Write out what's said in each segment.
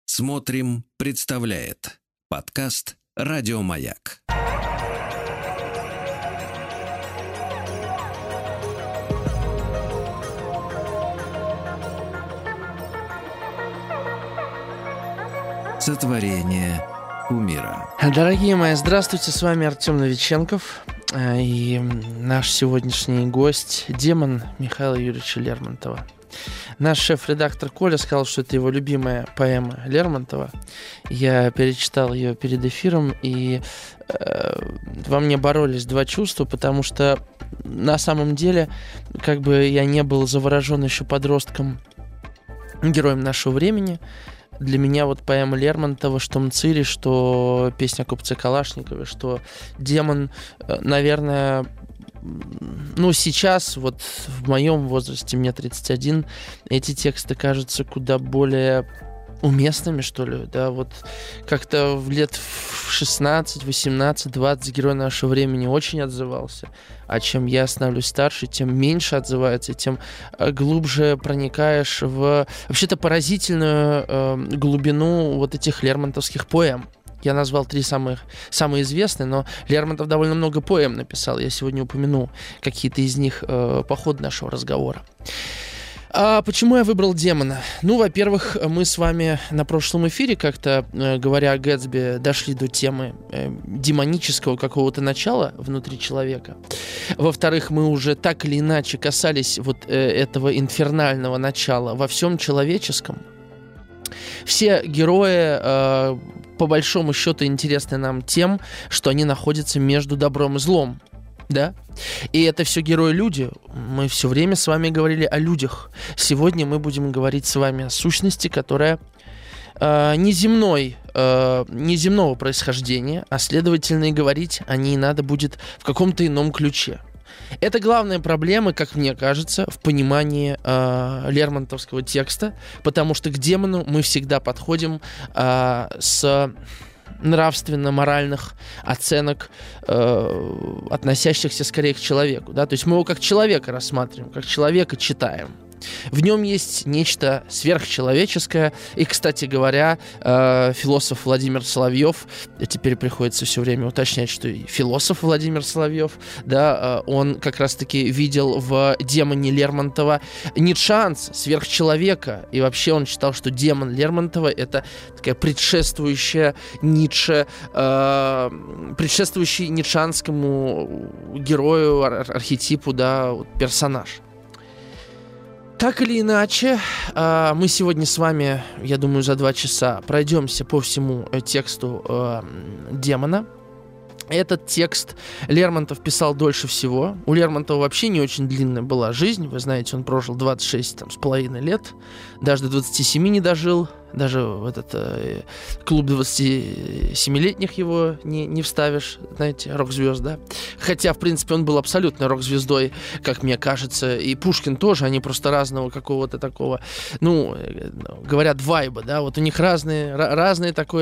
Смотрим, представляет подкаст «Радиомаяк». Сотворение кумира. Дорогие мои, здравствуйте, с вами Артем Новиченков и наш сегодняшний гость демон Михаила Юрьевича Лермонтова. Наш шеф-редактор Коля сказал, что это его любимая поэма Лермонтова. Я перечитал ее перед эфиром, и во мне боролись два чувства, потому что на самом деле, как бы я не был заворожен еще подростком героем нашего времени, для меня вот поэма Лермонтова, что Мцири, что песня о купце Калашникове, что демон, наверное, сейчас, вот в моем возрасте, мне 31, эти тексты кажутся куда более уместными, что ли, да, вот как-то в лет в 16, 18, 20 герой нашего времени очень отзывался, а чем я становлюсь старше, тем меньше отзывается, тем глубже проникаешь в вообще-то поразительную глубину вот этих лермонтовских поэм. Я назвал три самые известные, но Лермонтов довольно много поэм написал. Я сегодня упомяну какие-то из них по ходу нашего разговора. А почему я выбрал демона? Во-первых, мы с вами на прошлом эфире, как-то говоря о Гэтсби, дошли до темы демонического какого-то начала внутри человека. Во-вторых, мы уже так или иначе касались вот этого инфернального начала во всем человеческом. Все герои, по большому счету, интересны нам тем, что они находятся между добром и злом. Да? И это все герои-люди. Мы все время с вами говорили о людях. Сегодня мы будем говорить с вами о сущности, которая неземного происхождения, а следовательно и говорить о ней надо будет в каком-то ином ключе. Это главная проблема, как мне кажется, в понимании лермонтовского текста, потому что к демону мы всегда подходим с нравственно-моральных оценок, относящихся скорее к человеку. Да? То есть мы его как человека рассматриваем, как человека читаем. В нем есть нечто сверхчеловеческое. И, кстати говоря, философ Владимир Соловьев, теперь приходится все время уточнять, что и философ Владимир Соловьев, да, он как раз-таки видел в демоне Лермонтова ницшеанца, сверхчеловека. И вообще он считал, что демон Лермонтова — это такая предшествующая Ницше, предшествующий ницшеанскому герою, архетипу, да, персонаж. Так или иначе, мы сегодня с вами, я думаю, за 2 часа пройдемся по всему тексту демона. Этот текст Лермонтов писал дольше всего. У Лермонтова вообще не очень длинная была жизнь. Вы знаете, он прожил 26,5 лет. Даже до 27 не дожил. Даже в этот клуб 27-летних его не вставишь, знаете, рок-звезд, да? Хотя, в принципе, он был абсолютно рок-звездой, как мне кажется. И Пушкин тоже, они просто разного какого-то такого, говорят, вайба, да? Вот у них разная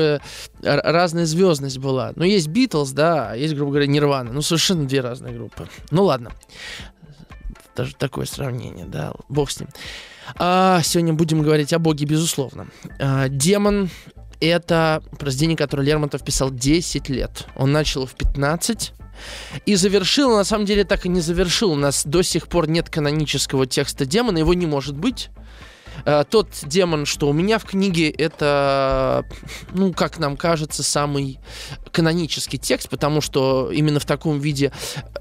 звездность была. Но есть Битлз, да, а есть, грубо говоря, Нирвана. Совершенно 2 разные группы. Ладно. Даже такое сравнение, да, бог с ним. Сегодня будем говорить о Боге, безусловно. «Демон» — это произведение, которое Лермонтов писал 10 лет. Он начал в 15 и завершил, на самом деле так и не завершил. У нас до сих пор нет канонического текста «Демона», его не может быть. Тот демон, что у меня в книге, это, как нам кажется, самый канонический текст, потому что именно в таком виде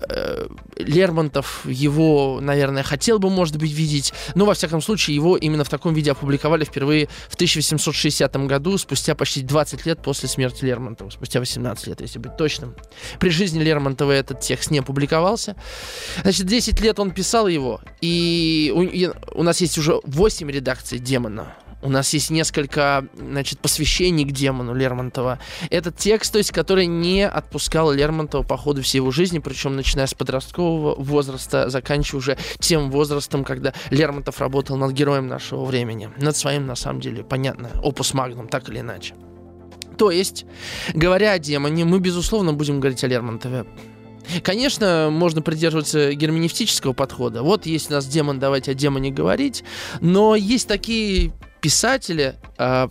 Лермонтов его, наверное, хотел бы, может быть, видеть, но, во всяком случае, его именно в таком виде опубликовали впервые в 1860 году, спустя почти 20 лет после смерти Лермонтова, спустя 18 лет, если быть точным. При жизни Лермонтова этот текст не опубликовался. Значит, 10 лет он писал его, и у нас есть уже 8 редакций «Демона». У нас есть несколько, посвящений к демону Лермонтова. Это текст, то есть, который не отпускал Лермонтова по ходу всей его жизни, причем начиная с подросткового возраста, заканчивая уже тем возрастом, когда Лермонтов работал над героем нашего времени. Над своим, на самом деле, понятно, опус магнум, так или иначе. То есть, говоря о демоне, мы, безусловно, будем говорить о Лермонтове. Конечно, можно придерживаться герменевтического подхода. Вот есть у нас демон, давайте о демоне говорить. Но есть такие писатели,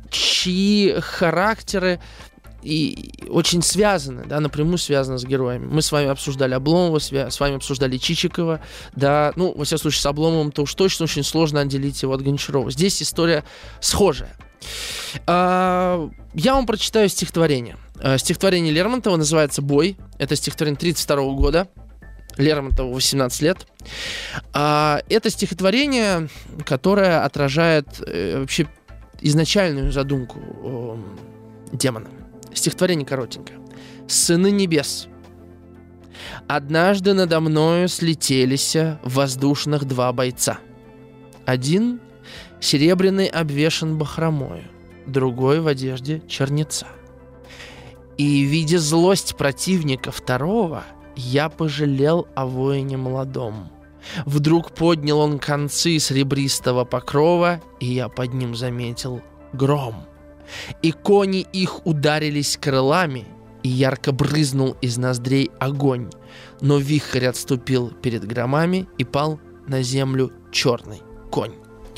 чьи характеры и очень связаны, да, напрямую связаны с героями. Мы с вами обсуждали Обломова, с вами обсуждали Чичикова, да, ну, во всяком случае, с Обломовым-то уж точно очень сложно отделить его от Гончарова. Здесь история схожая. Я вам прочитаю стихотворение. Стихотворение Лермонтова называется «Бой». Это стихотворение 1932 года. Лермонтову 18 лет. Это стихотворение, которое отражает вообще изначальную задумку демона. Стихотворение коротенькое. «Сыны небес, однажды надо мною слетелися в воздушных два бойца. Один серебряный обвешан бахромою, другой в одежде чернеца. И, видя злость противника второго, я пожалел о воине молодом. Вдруг поднял он концы серебристого покрова, и я под ним заметил гром. И кони их ударились крылами, и ярко брызнул из ноздрей огонь. Но вихрь отступил перед громами, и пал на землю черный конь».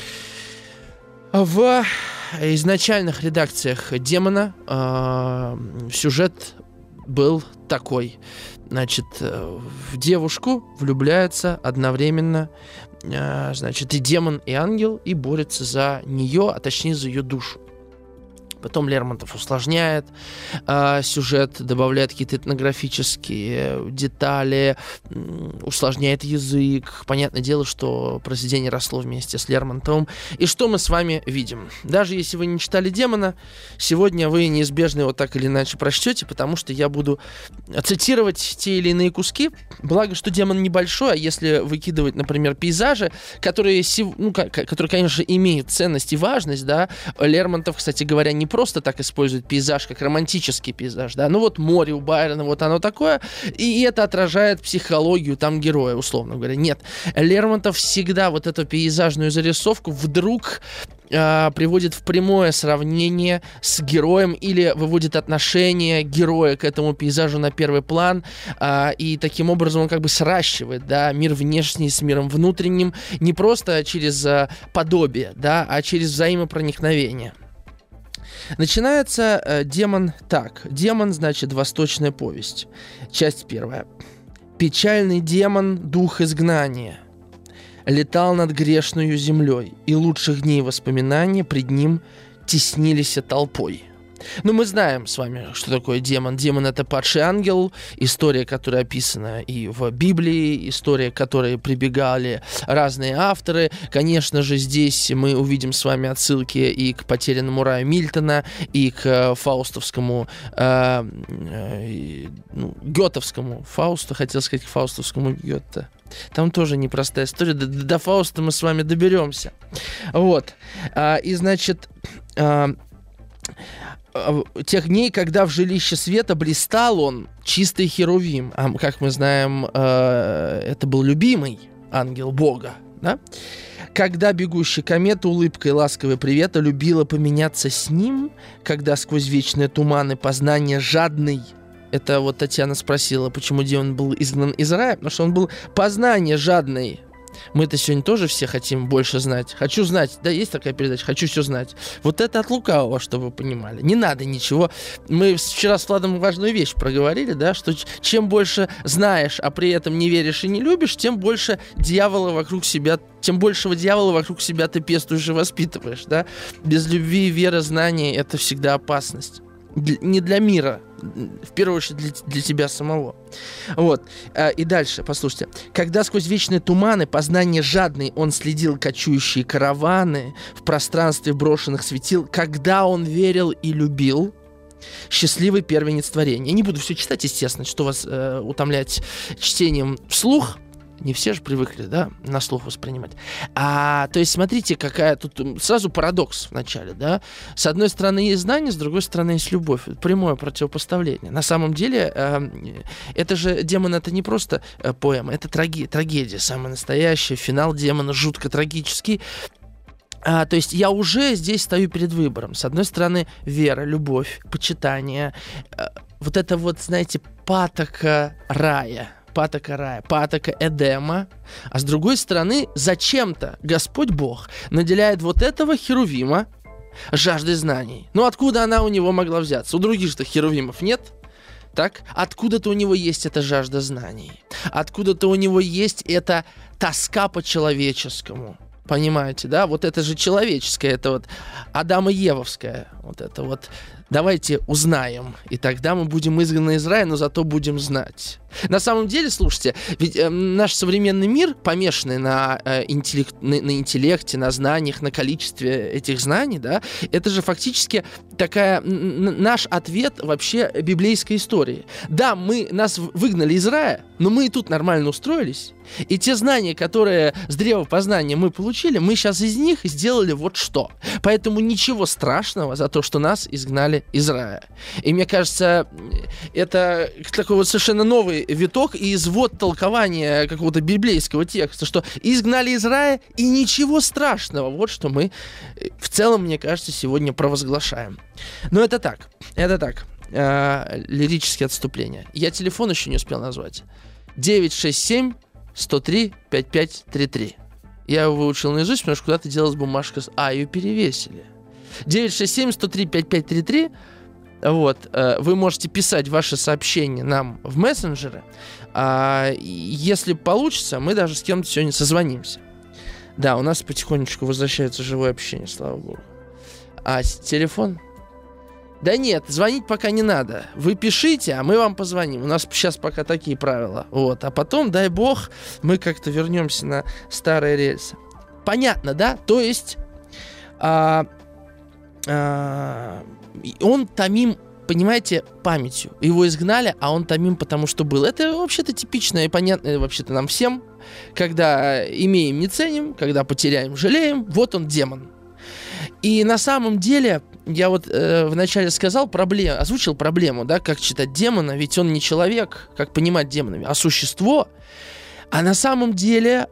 В изначальных редакциях «Демона» сюжет был такой. Значит, в девушку влюбляется одновременно, значит, и демон, и ангел, и борется за нее, а точнее за ее душу. Потом Лермонтов усложняет сюжет, добавляет какие-то этнографические детали, усложняет язык. Понятное дело, что произведение росло вместе с Лермонтовым. И что мы с вами видим? Даже если вы не читали «Демона», сегодня вы неизбежно его так или иначе прочтете, потому что я буду цитировать те или иные куски. Благо, что «Демон» небольшой, а если выкидывать, например, пейзажи, которые, конечно же, имеют ценность и важность, да, Лермонтов, кстати говоря, не просто так использует пейзаж, как романтический пейзаж, да, ну вот море у Байрона, вот оно такое, и это отражает психологию там героя, условно говоря. Нет, Лермонтов всегда вот эту пейзажную зарисовку вдруг приводит в прямое сравнение с героем или выводит отношение героя к этому пейзажу на первый план, и таким образом он как бы сращивает, да, мир внешний с миром внутренним не просто через подобие, да, а через взаимопроникновение. Начинается «Демон» так. «Демон» значит «Восточная повесть». Часть первая. «Печальный демон, дух изгнания, летал над грешною землей, и лучших дней воспоминания пред ним теснились толпой». Ну, мы знаем с вами, что такое демон. Демон — это падший ангел, история, которая описана и в Библии, история, к которой прибегали разные авторы. Конечно же, здесь мы увидим с вами отсылки и к «Потерянному раю» Мильтона, и к фаустовскому, гетовскому Фаусту, хотел сказать, к фаустовскому Гёте. Там тоже непростая история. До Фауста мы с вами доберемся. Вот. И, значит... тех дней, когда в жилище света блистал он, чистый херувим. А как мы знаем, это был любимый ангел Бога, да? Когда бегущий комета улыбкой ласковой привета любила поменяться с ним, когда сквозь вечные туманы познания жадный. Это вот Татьяна спросила, почему демон был изгнан из рая, потому что он был познание жадный. Мы-то сегодня тоже все хотим больше знать. Хочу знать. Да, есть такая передача «Хочу все знать». Вот это от лукавого, чтобы вы понимали. Не надо ничего. Мы вчера с Владом важную вещь проговорили, да, что чем больше знаешь, а при этом не веришь и не любишь, тем больше дьявола вокруг себя, тем большего дьявола вокруг себя ты пестуешь и воспитываешь, да. Без любви, веры, знаний это всегда опасность. Не для мира, в первую очередь для тебя самого. Вот. И дальше, послушайте. Когда сквозь вечные туманы познание жадный он следил кочующие караваны в пространстве брошенных светил, когда он верил и любил, счастливый первенец творения. Я не буду все читать, естественно, что вас утомлять чтением вслух. Не все же привыкли, да, на слух воспринимать. То есть, смотрите, какая тут сразу парадокс в начале, да. С одной стороны есть знание, с другой стороны есть любовь. Прямое противопоставление. На самом деле, это же «Демон» — это не просто поэма, это трагедия самая настоящая. Финал «Демона» жутко трагический. То есть я уже здесь стою перед выбором. С одной стороны, вера, любовь, почитание. Вот это вот, знаете, патока рая, патока Эдема, а с другой стороны, зачем-то Господь Бог наделяет вот этого херувима, жаждой знаний. Ну откуда она у него могла взяться? У других-то херувимов нет. Так? Откуда-то у него есть эта жажда знаний. Откуда-то у него есть эта тоска по человеческому. Понимаете, да? Вот это же человеческое, это вот Адама-Евовское. Вот это вот давайте узнаем, и тогда мы будем изгнаны из рая, но зато будем знать. На самом деле, слушайте, ведь наш современный мир, помешанный на интеллекте, на знаниях, на количестве этих знаний, да, это же фактически такая наш ответ вообще библейской истории. Да, нас выгнали из рая, но мы и тут нормально устроились. И те знания, которые с древа познания мы получили, мы сейчас из них сделали вот что. Поэтому ничего страшного за то, что нас изгнали из рая. И мне кажется, это такой вот совершенно новый виток и извод толкования какого-то библейского текста, что изгнали из рая, и ничего страшного. Вот что мы в целом, мне кажется, сегодня провозглашаем. Но это так. Лирические отступления. Я телефон еще не успел назвать. 967-103-5533. Я его выучил наизусть, потому что куда-то делалась бумажка ее перевесили. 967-103-5533. Вот. Вы можете писать ваши сообщения нам в мессенджеры. Если получится, мы даже с кем-то сегодня созвонимся. Да, у нас потихонечку возвращается живое общение, слава богу. Телефон? Да нет, звонить пока не надо. Вы пишите, а мы вам позвоним. У нас сейчас пока такие правила. Вот. А потом, дай бог, мы как-то вернемся на старые рельсы. Понятно, да? То есть он томим, понимаете, памятью. Его изгнали, а он томим, потому что был. Это вообще-то типично и понятно вообще-то нам всем. Когда имеем, не ценим, когда потеряем, жалеем. Вот он, демон. И на самом деле, я вот вначале сказал, озвучил проблему, да, как читать демона, ведь он не человек, как понимать демонами, а существо. А на самом деле,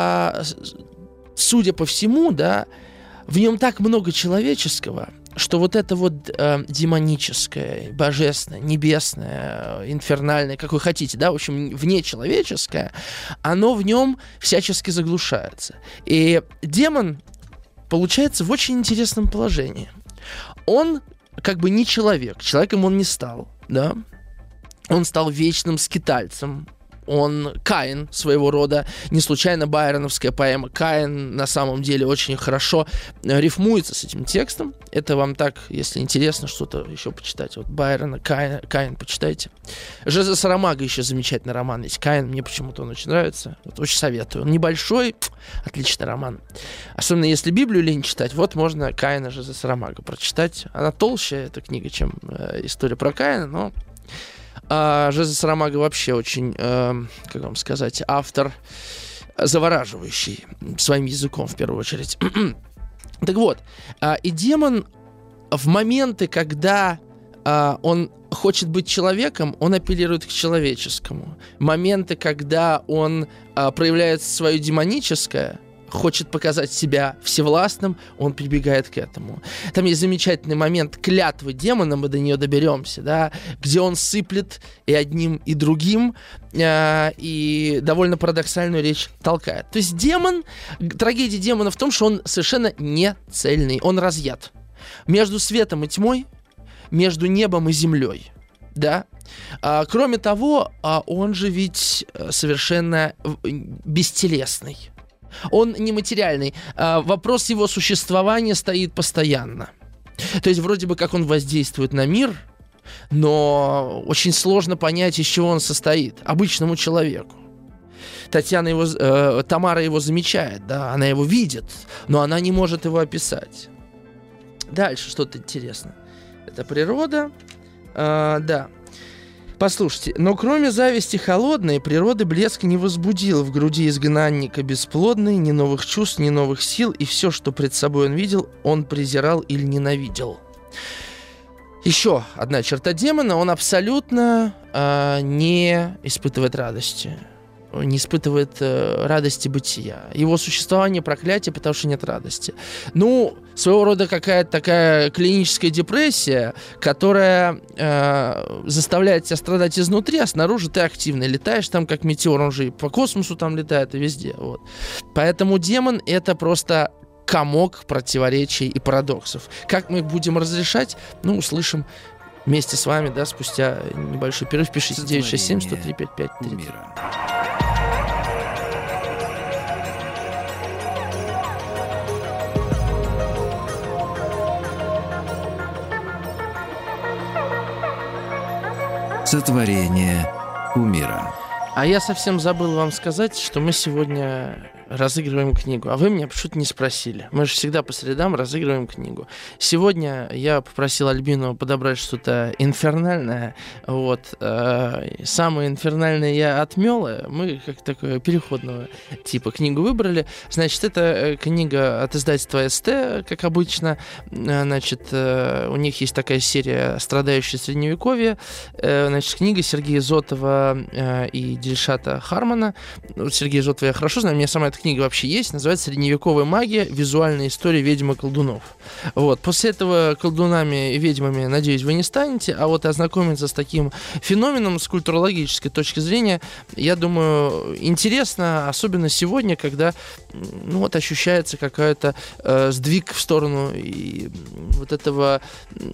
судя по всему, да, в нем так много человеческого, что вот это вот демоническое, божественное, небесное, инфернальное, как вы хотите, да, в общем, внечеловеческое, оно в нем всячески заглушается. И демон получается в очень интересном положении. Он как бы не человек, человеком он не стал, да, он стал вечным скитальцем. Он Каин своего рода. Не случайно байроновская поэма «Каин» на самом деле очень хорошо рифмуется с этим текстом. Это вам так, если интересно, что-то еще почитать. Вот Байрона, Каин почитайте. Жозе Сарамаго еще замечательный роман есть. «Каин», мне почему-то он очень нравится. Вот, очень советую. Он небольшой, отличный роман. Особенно если Библию лень читать, вот можно Каина Жозе Сарамаго прочитать. Она толще, эта книга, чем история про Каина, но... Жозе Сарамаго вообще очень, как вам сказать, автор завораживающий своим языком, в первую очередь. Так вот, и демон в моменты, когда он хочет быть человеком, он апеллирует к человеческому. Моменты, когда он проявляет свое демоническое, хочет показать себя всевластным, он прибегает к этому. Там есть замечательный момент клятвы демона, мы до нее доберемся, да, где он сыплет и одним, и другим, и довольно парадоксальную речь толкает. То есть демон, трагедия демона в том, что он совершенно не цельный, он разъят. Между светом и тьмой, между небом и землей, да. Кроме того, он же ведь совершенно бестелесный. Он нематериальный. Вопрос его существования стоит постоянно. То есть вроде бы как он воздействует на мир, но очень сложно понять, из чего он состоит обычному человеку. Тамара его замечает, да, она его видит, но она не может его описать. Дальше что-то интересное. Это природа. Да. Послушайте, но кроме зависти холодной, природы блеск не возбудил в груди изгнанника бесплодной ни новых чувств, ни новых сил, и все, что пред собой он видел, он презирал или ненавидел. Еще одна черта демона, он абсолютно не испытывает радости. Не испытывает радости бытия. Его существование проклятие, потому что нет радости. Ну, своего рода какая-то такая клиническая депрессия, которая заставляет тебя страдать изнутри, а снаружи ты активно летаешь там как метеор, он же и по космосу там летает, и везде. Вот. Поэтому демон — это просто комок противоречий и парадоксов. Как мы их будем разрешать, услышим вместе с вами, да, спустя небольшой перерыв. Пишите 967-103-5533. Мира. Сотворение кумира. А я совсем забыл вам сказать, что мы сегодня разыгрываем книгу. А вы меня почему-то не спросили. Мы же всегда по средам разыгрываем книгу. Сегодня я попросил Альбину подобрать что-то инфернальное. Вот. Самое инфернальное я отмел. Мы как такое переходного типа книгу выбрали. Значит, это книга от издательства СТ, как обычно. Значит, у них есть такая серия «Страдающие средневековье». Значит, книга Сергея Зотова и Дильшата Хармана. Сергея Зотова я хорошо знаю. Мне сама эта книга вообще есть. Называется «Средневековая магия. Визуальная история ведьм и колдунов». Вот. После этого колдунами и ведьмами, надеюсь, вы не станете. А вот ознакомиться с таким феноменом с культурологической точки зрения, я думаю, интересно. Особенно сегодня, когда ощущается какая-то сдвиг в сторону и вот этого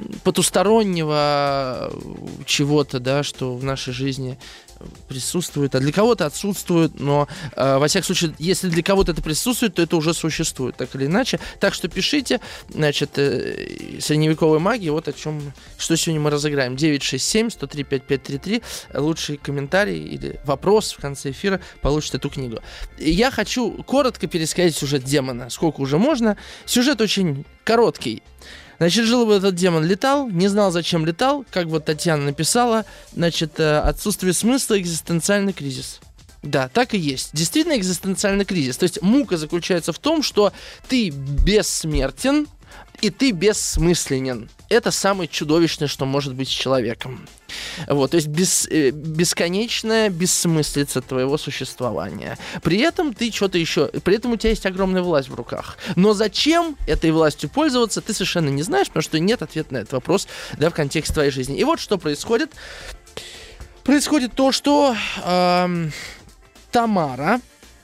потустороннего чего-то, да, что в нашей жизни присутствует, а для кого-то отсутствует, но, во всяком случае, если для кого-то это присутствует, то это уже существует, так или иначе. Так что пишите, значит, средневековая магия, вот о чем, что сегодня мы разыграем. 967-103-5533, лучший комментарий или вопрос в конце эфира получит эту книгу. Я хочу коротко пересказать сюжет демона, сколько уже можно. Сюжет очень короткий. Значит, жил бы этот демон, летал, не знал, зачем летал, как вот Татьяна написала, значит, отсутствие смысла, экзистенциальный кризис. Да, так и есть. Действительно экзистенциальный кризис. То есть мука заключается в том, что ты бессмертен, и ты бессмысленен. Это самое чудовищное, что может быть с человеком. Вот, то есть бесконечная бессмыслица твоего существования. При этом ты что-то еще... При этом у тебя есть огромная власть в руках. Но зачем этой властью пользоваться, ты совершенно не знаешь, потому что нет ответа на этот вопрос, да, в контексте твоей жизни. И вот что происходит. Происходит то, что Тамара,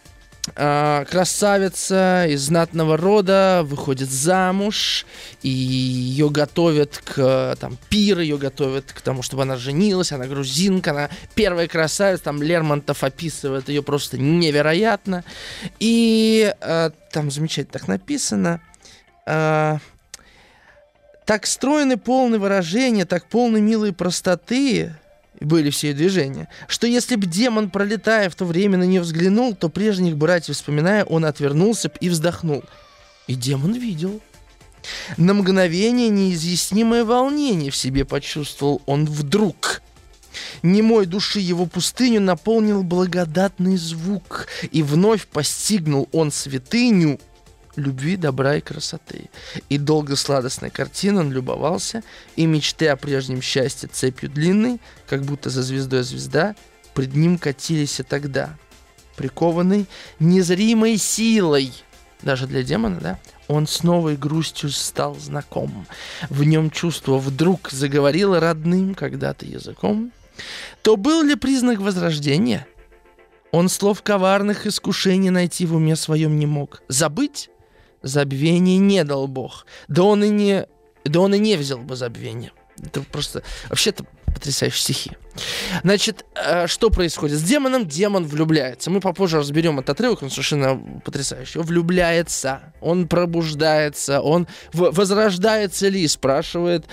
красавица из знатного рода, выходит замуж, и ее готовят к пир, ее готовят к тому, чтобы она женилась, она грузинка, она первая красавица, там Лермонтов описывает ее просто невероятно, и там замечательно так написано, так стройны, полны выражения, так полны милой простоты были все ее движения, что если б демон, пролетая в то время, на нее взглянул, то прежних братьев вспоминая, он отвернулся б и вздохнул. И демон видел. На мгновение неизъяснимое волнение в себе почувствовал он вдруг. Немой души его пустыню наполнил благодатный звук, и вновь постигнул он святыню любви, добра и красоты. И долго сладостной картиной он любовался, и мечты о прежнем счастье цепью длинной, как будто за звездой звезда, пред ним катились и тогда. Прикованный незримой силой, даже для демона, да, он с новой грустью стал знаком. В нем чувство вдруг заговорило родным когда-то языком. То был ли признак возрождения? Он слов коварных искушений найти в уме своем не мог. Забыть? Забвение не дал Бог. Да он и не взял бы забвение. Это просто... Вообще-то потрясающие стихи. Значит, что происходит с демоном? Демон влюбляется. Мы попозже разберем этот отрывок, он совершенно потрясающий. Он влюбляется, он пробуждается, он возрождается ли? Спрашивает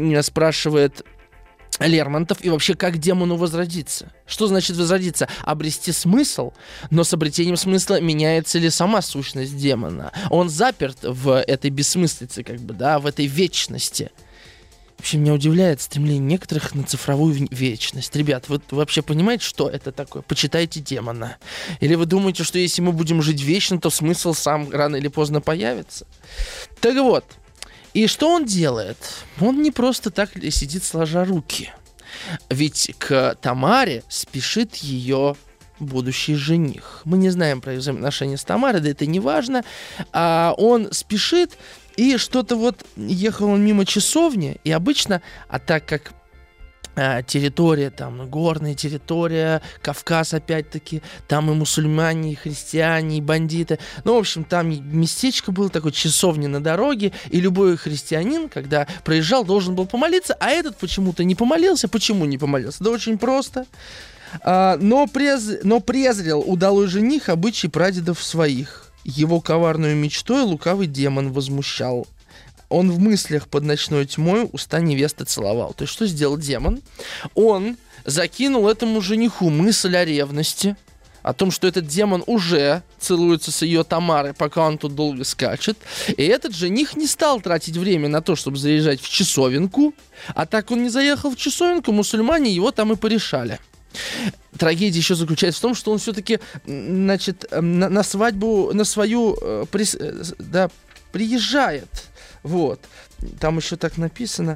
Лермонтов. И вообще, как демону возродиться? Что значит возродиться? Обрести смысл, но с обретением смысла меняется ли сама сущность демона? Он заперт в этой бессмыслице, как бы, да, в этой вечности. Вообще, меня удивляет стремление некоторых на цифровую вечность. Ребят, вы вообще понимаете, что это такое? Почитайте демона. Или вы думаете, что если мы будем жить вечно, то смысл сам рано или поздно появится? Так вот. И что он делает? Он не просто так сидит сложа руки. Ведь к Тамаре спешит ее будущий жених. Мы не знаем про взаимоотношения с Тамарой, да это не важно. А он спешит, и что-то вот ехал он мимо часовни, и обычно, а так как территория, там, горная территория, Кавказ, опять-таки, там и мусульмане, и христиане, и бандиты. Ну, в общем, там местечко было, такое часовня на дороге, и любой христианин, когда проезжал, должен был помолиться, а этот почему-то не помолился. Почему не помолился? Да очень просто. Но презрел удалой жених обычай прадедов своих. Его коварную мечтой лукавый демон возмущал. Он в мыслях под ночной тьмой уста невесты целовал. То есть что сделал демон? Он закинул этому жениху мысль о ревности, о том, что этот демон уже целуется с ее Тамарой, пока он тут долго скачет. И этот жених не стал тратить время на то, чтобы заезжать в часовенку. А так он не заехал в часовенку, мусульмане его там и порешали. Трагедия еще заключается в том, что он все-таки, значит, на свадьбу, на свою, приезжает. Вот. Там еще так написано,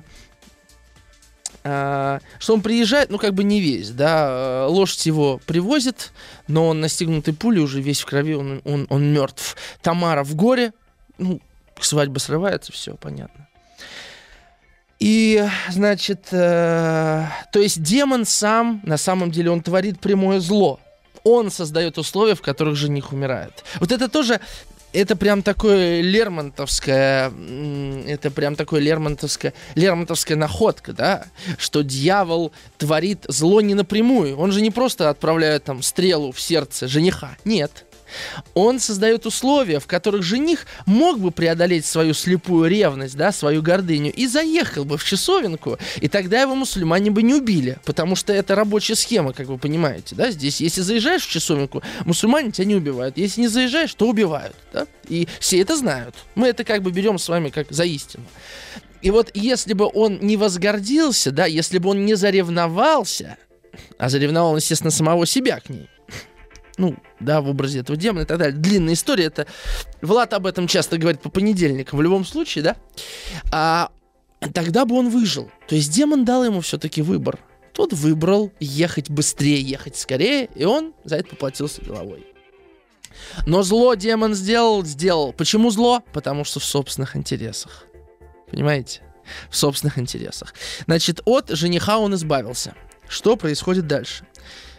что он приезжает, ну, как бы не весь, да, лошадь его привозит, но он, настигнутый пулей, уже весь в крови, он мертв. Тамара в горе, ну, свадьба срывается, все понятно. И, значит, то есть демон сам, на самом деле, он творит прямое зло. Он создает условия, в которых жених умирает. Вот это тоже... Это прям такое лермонтовская находка, да, что дьявол творит зло не напрямую. Он же не просто отправляет там стрелу в сердце жениха, нет. Он создает условия, в которых жених мог бы преодолеть свою слепую ревность, да, свою гордыню, и заехал бы в часовенку, и тогда его мусульмане бы не убили, потому что это рабочая схема, как вы понимаете, да, здесь, если заезжаешь в часовенку, мусульмане тебя не убивают, если не заезжаешь, то убивают, да, и все это знают, мы это как бы берем с вами как за истину. И вот если бы он не возгордился, да, если бы он не заревновался, а заревновал он, естественно, самого себя к ней, ну, да, в образе этого демона и так далее. Длинная история, это... Влад об этом часто говорит по понедельникам. В любом случае, да, тогда бы он выжил. То есть демон дал ему все-таки выбор. Тот выбрал ехать быстрее, ехать скорее, и он за это поплатился головой. Но зло демон сделал. Почему зло? Потому что в собственных интересах. Понимаете? В собственных интересах. Значит, от жениха он избавился. Что происходит дальше?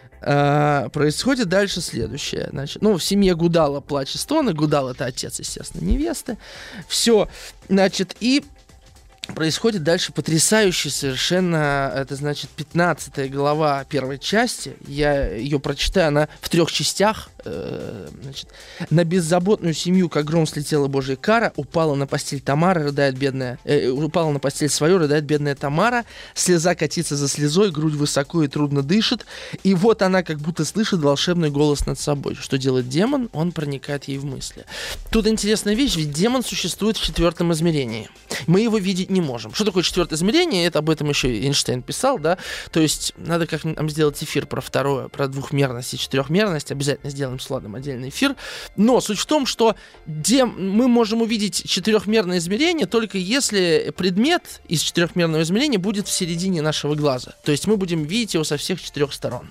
Происходит дальше следующее. Значит, в семье Гудала плач и стоны. Гудал — это отец, естественно, невесты. Все, значит, и происходит дальше потрясающий совершенно, это значит 15 глава первой части. Я ее прочитаю, она в 3 частях. Значит, на беззаботную семью, как гром, слетела Божья кара, упала на постель Тамара, рыдает бедная, упала на постель свою, рыдает бедная Тамара, слеза катится за слезой, грудь высоко и трудно дышит, и вот она как будто слышит волшебный голос над собой. Что делает демон? Он проникает ей в мысли. Тут интересная вещь, ведь демон существует в 4 измерении. Мы его видеть не можем. Что такое 4 измерение? Это об этом еще Эйнштейн писал, да? То есть надо как-нибудь сделать эфир про второе, про двухмерность и четырехмерность. Обязательно сделаем с Владом отдельный эфир. Но суть в том, что мы можем увидеть 4-мерное измерение только если предмет из 4-мерного измерения будет в середине нашего глаза. То есть мы будем видеть его со всех 4 сторон.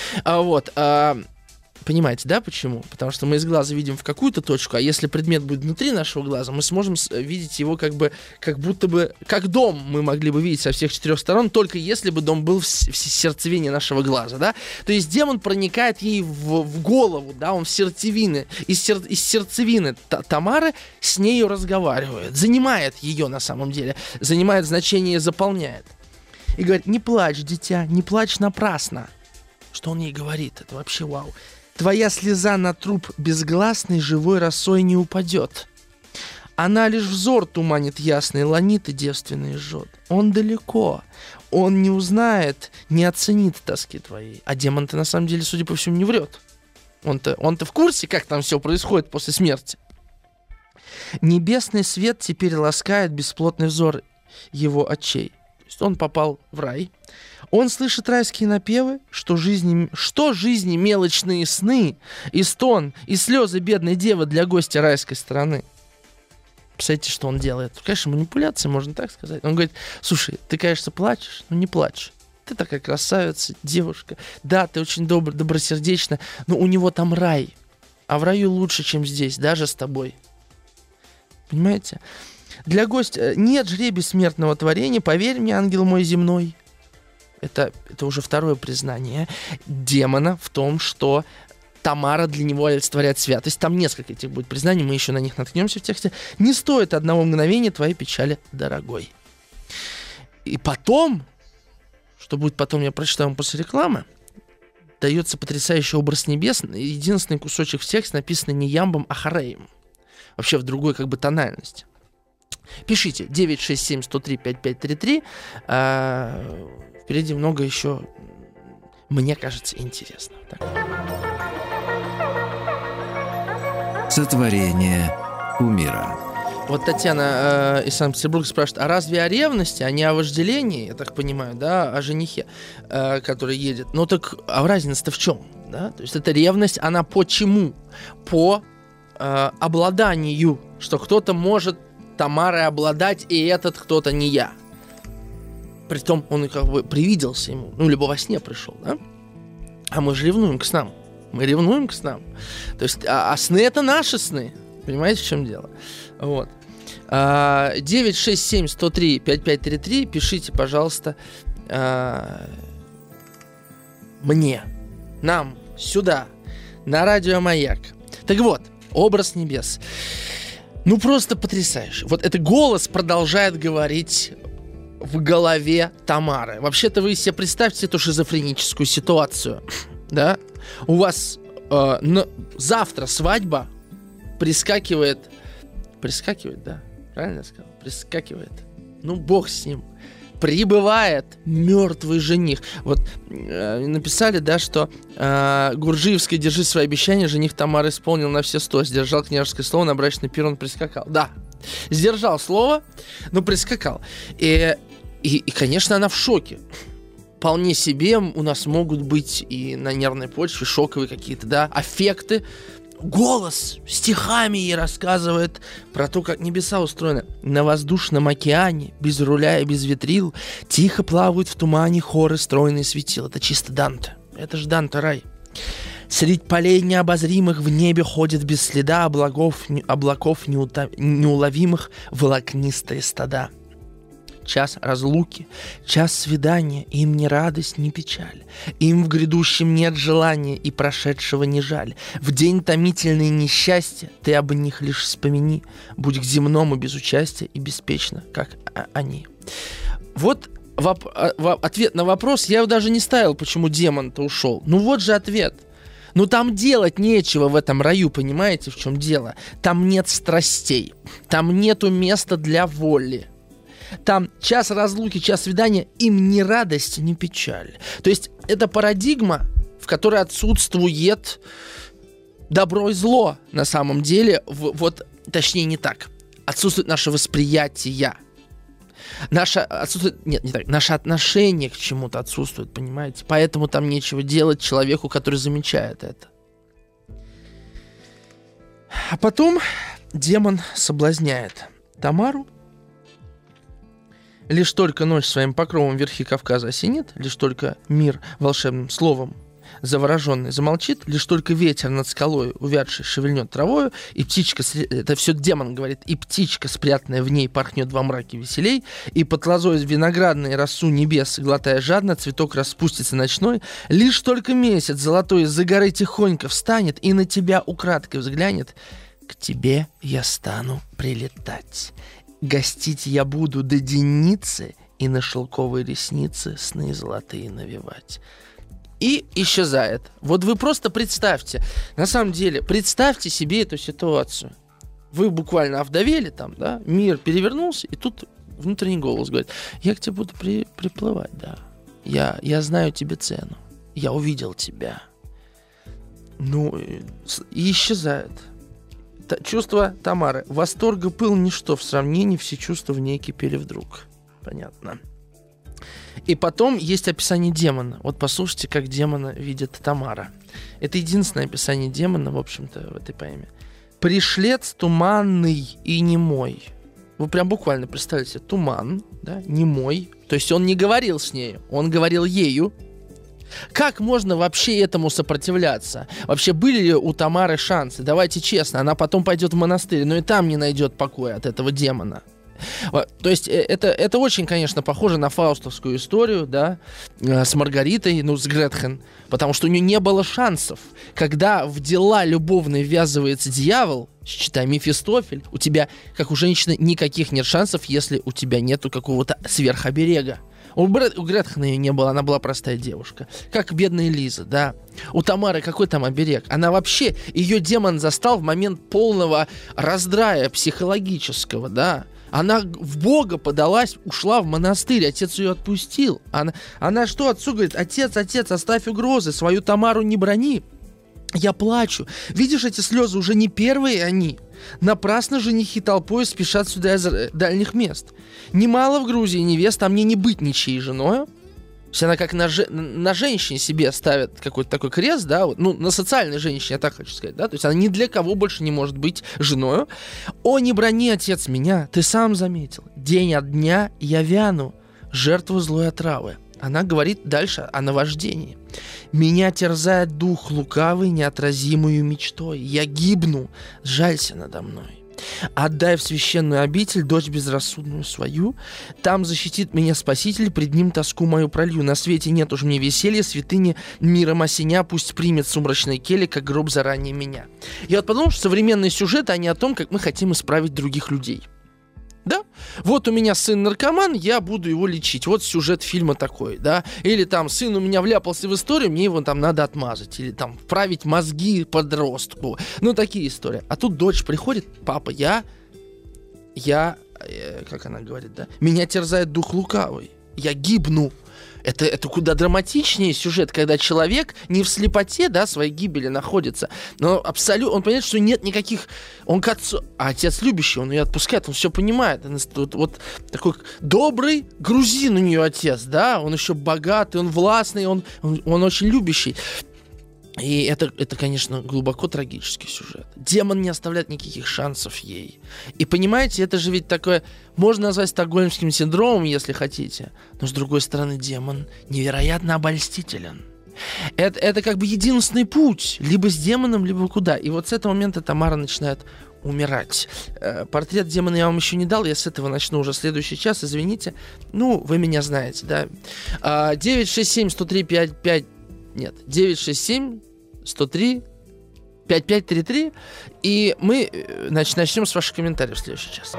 Понимаете, да, почему? Потому что мы из глаза видим в какую-то точку, а если предмет будет внутри нашего глаза, мы сможем видеть его как будто бы, как дом мы могли бы видеть со всех 4 сторон, только если бы дом был в сердцевине нашего глаза, да? То есть демон проникает ей в голову, да, он в сердцевины, из сердцевины Тамары с нею разговаривает, занимает ее на самом деле, занимает значение и заполняет. И говорит: не плачь, дитя, не плачь напрасно. Что он ей говорит? Это вообще вау. Твоя слеза на труп безгласный живой росой не упадет. Она лишь взор туманит ясный, ланит и девственный жжет. Он далеко, он не узнает, не оценит тоски твоей. А демон-то на самом деле, судя по всему, не врет. Он-то в курсе, как там все происходит после смерти. Небесный свет теперь ласкает бесплотный взор его очей. То есть он попал в рай. Он слышит райские напевы, что жизни мелочные сны, и стон, и слезы бедной девы для гостя райской стороны. Представляете, что он делает? Конечно, манипуляция, можно так сказать. Он говорит: слушай, ты, конечно, плачешь, но не плачь. Ты такая красавица, девушка. Да, ты очень добросердечна, но у него там рай. А в раю лучше, чем здесь, даже с тобой. Понимаете? Для гостя нет жребия смертного творения, поверь мне, ангел мой земной. Это уже второе признание демона в том, что Тамара для него олицетворяет святость. Там несколько этих будет признаний, мы еще на них наткнемся в тексте. Не стоит одного мгновения твоей печали, дорогой. И потом, что будет потом, я прочитаю вам после рекламы, дается потрясающий образ небес. Единственный кусочек в тексте написан не ямбом, а хореем. Вообще в другой как бы тональности. Пишите 967-103-5533. Впереди много еще, мне кажется, интересно. Так. Сотворение кумира. Вот Татьяна из Санкт-Петербурга спрашивает, а разве о ревности, а не о вожделении, я так понимаю, да, о женихе, который едет? Ну так, а разница-то в чем? Да? То есть эта ревность, она почему? По обладанию, что кто-то может Тамарой обладать, и этот кто-то не я. Притом он как бы привиделся ему, ну, либо во сне пришел, да? А мы же ревнуем к снам. Мы ревнуем к снам. То есть, а сны — это наши сны. Понимаете, в чем дело? Вот. 967-103-5533. Пишите, пожалуйста, мне, нам, сюда, на радио Маяк. Так вот, образ небес. Ну, просто потрясающий. Вот этот голос продолжает говорить в голове Тамары. Вообще-то вы себе представьте эту шизофреническую ситуацию. Да? У вас завтра свадьба, прискакивает, да? Правильно я сказал? Прискакивает. Ну, бог с ним. Прибывает мертвый жених. Вот написали, да, что Гурджиевский «Держи свои обещания», жених Тамары исполнил на все 100, сдержал княжеское слово, на брачный пир он прискакал. Да, сдержал слово, но прискакал. И, конечно, она в шоке. Вполне себе у нас могут быть и на нервной почве шоковые какие-то, да, аффекты. Голос стихами ей рассказывает про то, как небеса устроены. На воздушном океане, без руля и без ветрил, тихо плавают в тумане хоры стройные светил. Это чисто Данте. Это ж Данте рай. Средь полей необозримых в небе ходит без следа облаков неуловимых волокнистые стада. Час разлуки, час свидания, им ни радость, ни печаль. Им в грядущем нет желания, и прошедшего не жаль. В день томительное несчастья ты об них лишь вспомини. Будь к земному без участия и беспечно, как они. Вот ответ на вопрос. Я даже не ставил, почему демон-то ушел. Ну вот же ответ. Ну там делать нечего в этом раю, понимаете, в чем дело? Там нет страстей, там нету места для воли. Там час разлуки, час свидания, им ни радость, ни печаль. То есть это парадигма, в которой отсутствует добро и зло на самом деле. Точнее не так. Отсутствует наше восприятие. Наше отношение к чему-то отсутствует, понимаете? Поэтому там нечего делать человеку, который замечает это. А потом демон соблазняет Тамару. Лишь только ночь своим покровом верхи Кавказа осенит, лишь только мир волшебным словом завороженный замолчит, лишь только ветер над скалой увядший шевельнет травою, и птичка, это все демон говорит, и птичка, спрятанная в ней, порхнет во мраке веселей, и под лозой виноградной росу небес, глотая жадно, цветок распустится ночной, лишь только месяц золотой из-за горы тихонько встанет и на тебя украдкой взглянет, к тебе я стану прилетать. Гостить я буду до деницы и на шелковые ресницы сны золотые навевать. И исчезает. Вот вы просто представьте, на самом деле, представьте себе эту ситуацию. Вы буквально овдовели там, да, мир перевернулся, и тут внутренний голос говорит, я к тебе буду приплывать, да. Я знаю тебе цену. Я увидел тебя. Ну, и исчезает. Чувство Тамары. Восторга пыл ничто в сравнении, все чувства в ней кипели вдруг. Понятно. И потом есть описание демона. Вот послушайте, как демона видит Тамара. Это единственное описание демона, в общем-то, в этой поэме. «Пришлец туманный и немой». Вы прям буквально представьте, туман, да, немой. То есть он не говорил с ней, он говорил ею. Как можно вообще этому сопротивляться? Вообще были ли у Тамары шансы? Давайте честно, она потом пойдет в монастырь, но и там не найдет покоя от этого демона. То есть это очень, конечно, похоже на фаустовскую историю, да, с Маргаритой, с Гретхен, потому что у нее не было шансов. Когда в дела любовные ввязывается дьявол, считай, Мефистофель, у тебя, как у женщины, никаких нет шансов, если у тебя нету какого-то сверхоберега. У Гретхен ее не было, она была простая девушка. Как бедная Лиза, да. У Тамары какой там оберег? Она вообще, ее демон застал в момент полного раздрая психологического, да. Она в Бога подалась, ушла в монастырь, отец ее отпустил. Она что отцу говорит? Отец, оставь угрозы, свою Тамару не брони. Я плачу. Видишь, эти слезы уже не первые они. Напрасно женихи толпой спешат сюда из дальних мест. Немало в Грузии невест, а мне не быть ничьей женою. То есть она как на женщине себе ставит какой-то такой крест, да, вот, на социальной женщине, я так хочу сказать, да, то есть она ни для кого больше не может быть женою. О, не брони, отец, меня, ты сам заметил. День от дня я вяну, жертву злой отравы. Она говорит дальше о наваждении. «Меня терзает дух лукавый неотразимую мечтой. Я гибну, жалься надо мной. Отдай в священную обитель дочь безрассудную свою. Там защитит меня Спаситель, пред ним тоску мою пролью. На свете нет уж мне веселья, святыни миром осеня, пусть примет сумрачной кельи, как гроб заранее меня». Я вот подумал, что современные сюжеты, они о том, как мы хотим исправить других людей. Да? Вот у меня сын наркоман, я буду его лечить. Вот сюжет фильма такой, да? Или там сын у меня вляпался в историю, мне его там надо отмазать. Или там вправить мозги подростку. Такие истории. А тут дочь приходит, папа, как она говорит, да? Меня терзает дух лукавый. Я гибну. Это куда драматичнее сюжет, когда человек не в слепоте, да, своей гибели находится, но абсолютно, он понимает, что нет никаких, он к отцу, а отец любящий, он ее отпускает, он все понимает, вот такой добрый грузин у нее отец, да, он еще богатый, он властный, он очень любящий. И это, конечно, глубоко трагический сюжет. Демон не оставляет никаких шансов ей. И понимаете, это же ведь такое... Можно назвать стокгольмским синдромом, если хотите. Но, с другой стороны, демон невероятно обольстителен. Это как бы единственный путь. Либо с демоном, либо куда. И вот с этого момента Тамара начинает умирать. Портрет демона я вам еще не дал. Я с этого начну уже следующий час. Извините. Вы меня знаете, да. 967-103-55... Нет, 967-103-5533. И мы, начнем с ваших комментариев в следующий час.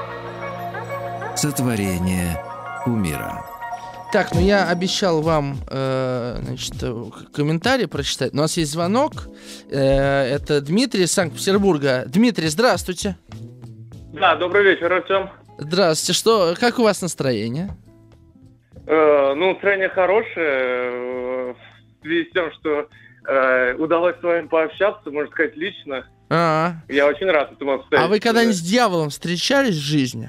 Сотворение кумира. Так, я обещал вам, комментарий прочитать. У нас есть звонок. Это Дмитрий из Санкт-Петербурга. Дмитрий, здравствуйте. Да, добрый вечер, Артем. Здравствуйте. Как у вас настроение? Настроение хорошее. В связи с тем, что удалось с вами пообщаться, можно сказать, лично. Я очень рад этому обстоятельству. А вы когда-нибудь с дьяволом встречались в жизни?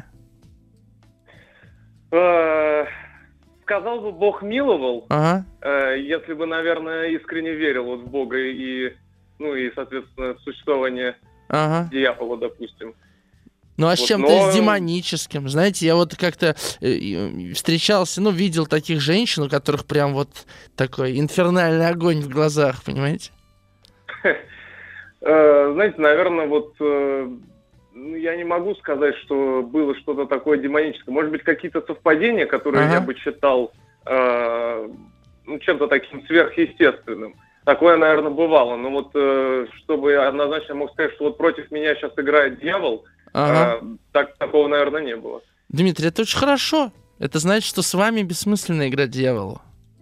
Сказал бы, Бог миловал, если бы, наверное, искренне верил в Бога и соответственно, в существование дьявола, допустим. А с чем-то с демоническим. Знаете, я вот как-то встречался, видел таких женщин, у которых прям вот такой инфернальный огонь в глазах, понимаете? Знаете, наверное, я не могу сказать, что было что-то такое демоническое. Может быть, какие-то совпадения, которые я бы считал чем-то таким сверхъестественным. Такое, наверное, бывало. Но чтобы я однозначно мог сказать, что против меня сейчас играет дьявол, такого, наверное, не было. Дмитрий, это очень хорошо. Это значит, что с вами бессмысленно играть дьяволу.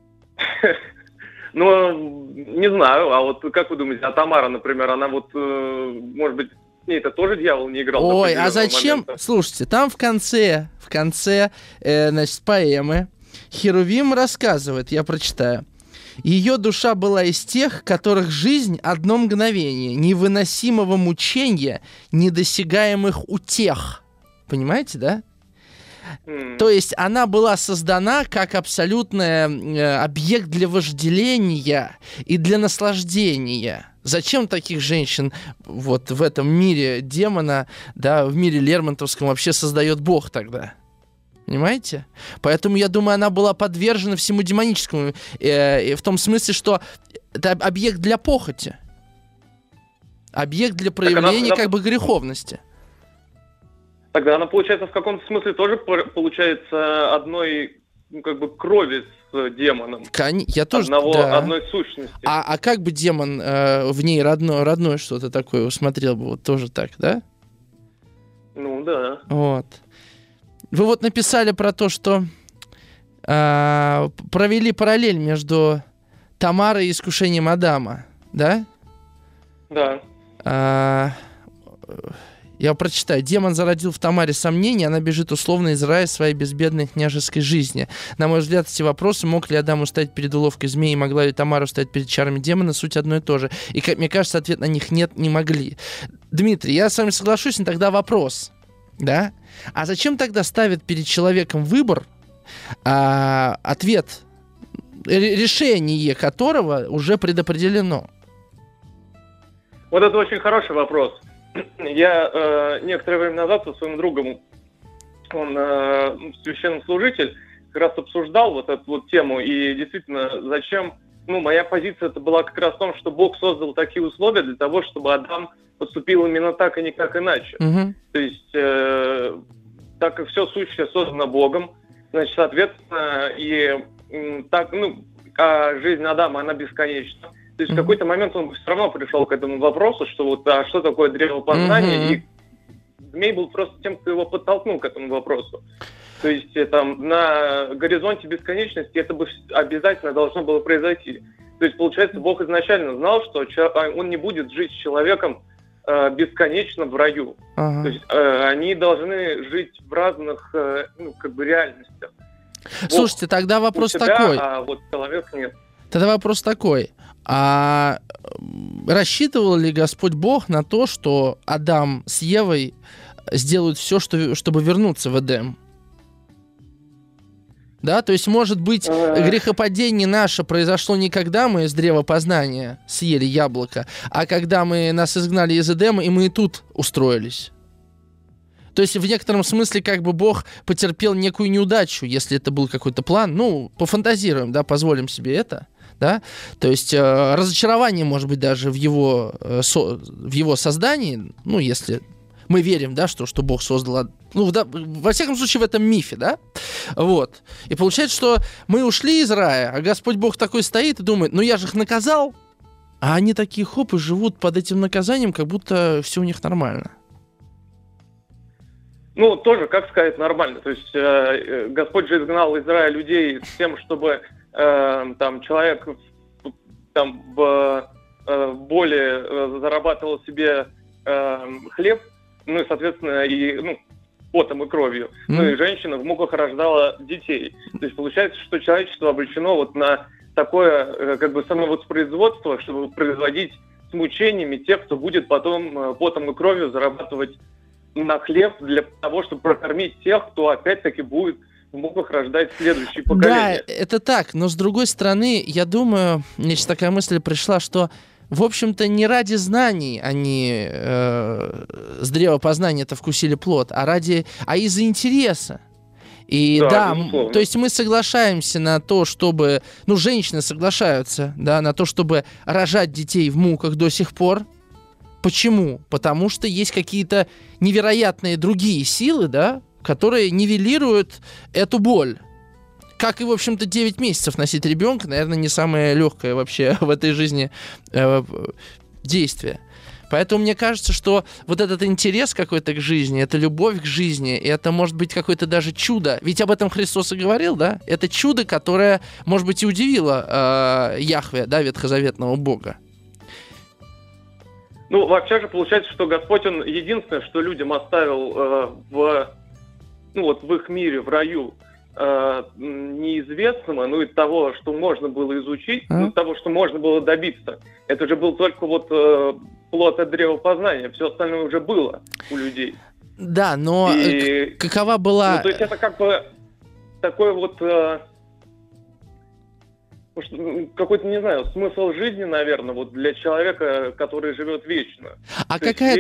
Не знаю. А как вы думаете, Тамара, например, она может быть, с ней-то тоже дьявол не играл? Ой, а зачем? Момента? Слушайте, там в конце, поэмы Херувим рассказывает, я прочитаю. Ее душа была из тех, которых жизнь одно мгновение, невыносимого мучения, недосягаемых утех. Понимаете, да? То есть она была создана как абсолютный объект для вожделения и для наслаждения. Зачем таких женщин в этом мире демона, да, в мире Лермонтовском вообще создает Бог тогда? Понимаете? Поэтому, я думаю, она была подвержена всему демоническому. В том смысле, что это объект для похоти. Объект для проявления греховности. Тогда она, получается, в каком-то смысле тоже получается одной, как бы, крови с демоном. Я тоже, одной сущности. А как бы демон в ней родное что-то такое усмотрел бы? Вот тоже так, да? Ну, да. Вот. Вы вот написали про то, что провели параллель между Тамарой и искушением Адама, да? Да. Я прочитаю. Демон зародил в Тамаре сомнения, она бежит условно из рая своей безбедной княжеской жизни. На мой взгляд, эти вопросы, мог ли Адам устоять перед уловкой змеи, могла ли Тамара устоять перед чарами демона, суть одно и то же. И, как мне кажется, ответ на них нет, не могли. Дмитрий, я с вами соглашусь, но тогда вопрос, да? А зачем тогда ставят перед человеком выбор, ответ, решение которого уже предопределено? Вот это очень хороший вопрос. Я некоторое время назад со своим другом, он священнослужитель, как раз обсуждал вот эту вот тему, и действительно, зачем, моя позиция это была как раз в том, что Бог создал такие условия для того, чтобы Адам поступил именно так и никак иначе. Угу. То есть, так как все сущее создано Богом, значит, соответственно, и так, жизнь Адама, она бесконечна. То есть в какой-то момент он все равно пришел к этому вопросу, что что такое древо познания, и змей был просто тем, кто его подтолкнул к этому вопросу. То есть там на горизонте бесконечности это бы обязательно должно было произойти. То есть, получается, Бог изначально знал, что он не будет жить с человеком бесконечно в раю. То есть они должны жить в разных реальностях. Слушайте, тогда вопрос такой. А вот человек нет. Тогда вопрос такой. А рассчитывал ли Господь Бог на то, что Адам с Евой сделают все, чтобы вернуться в Эдем? Да, то есть, может быть, грехопадение наше произошло не когда мы из древа познания съели яблоко, а когда нас изгнали из Эдема, и мы и тут устроились. То есть, в некотором смысле, как бы Бог потерпел некую неудачу, если это был какой-то план. Пофантазируем, да, позволим себе это. Да? То есть разочарование, может быть, даже в его создании, если мы верим, да, что Бог создал, во всяком случае, в этом мифе, да, вот. И получается, что мы ушли из рая, а Господь Бог такой стоит и думает, я же их наказал, а они такие хоп и живут под этим наказанием, как будто все у них нормально. Тоже, как сказать, нормально. То есть Господь же изгнал из рая людей с тем, чтобы человек более зарабатывал себе хлеб, и, соответственно, и потом и кровью. И женщина в муках рождала детей. То есть получается, что человечество обречено на такое самовоспроизводство, чтобы производить с мучениями тех, кто будет потом потом и кровью зарабатывать на хлеб для того, чтобы прокормить тех, кто опять-таки будет в муках рождать следующие поколения. Да, это так, но с другой стороны, я думаю, мне сейчас такая мысль пришла, что, в общем-то, не ради знаний они с древа познания-то вкусили плод, а из-за интереса. И да, то есть мы соглашаемся на то, чтобы, женщины соглашаются, да, на то, чтобы рожать детей в муках до сих пор. Почему? Потому что есть какие-то невероятные другие силы, да, которые нивелируют эту боль. Как и, в общем-то, 9 месяцев носить ребенка, наверное, не самое легкое вообще в этой жизни действие. Поэтому мне кажется, что вот этот интерес какой-то к жизни, это любовь к жизни, и это может быть какое-то даже чудо. Ведь об этом Христос и говорил, да? Это чудо, которое, может быть, и удивило Яхве, да, ветхозаветного Бога. Вообще же получается, что Господь, Он единственное, что людям оставил в их мире, в раю, неизвестного, и того, что можно было изучить, того, что можно было добиться. Это же был только плод от древа познания, все остальное уже было у людей. Да, но какова была... то есть это как бы такой какой-то, не знаю, смысл жизни, наверное, для человека, который живет вечно. А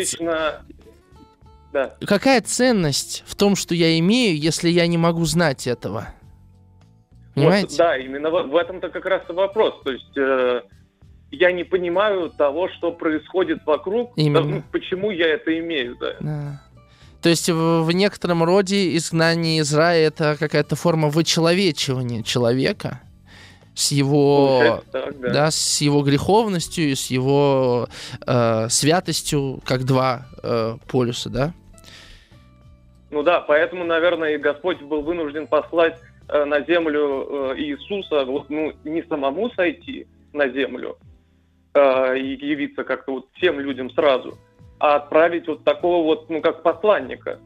какая ценность в том, что я имею, если я не могу знать этого? Понимаете? Да, именно в этом-то как раз и вопрос. То есть я не понимаю того, что происходит вокруг, почему я это имею. Да. То есть в некотором роде изгнание из рая — это какая-то форма вычеловечивания человека с его, так, да. Да, с его греховностью и с его святостью, как два полюса, да? Ну да, поэтому, наверное, и Господь был вынужден послать на землю Иисуса, вот, ну, не самому сойти на землю и явиться как-то вот всем людям сразу, а отправить вот такого вот, ну, как посланника.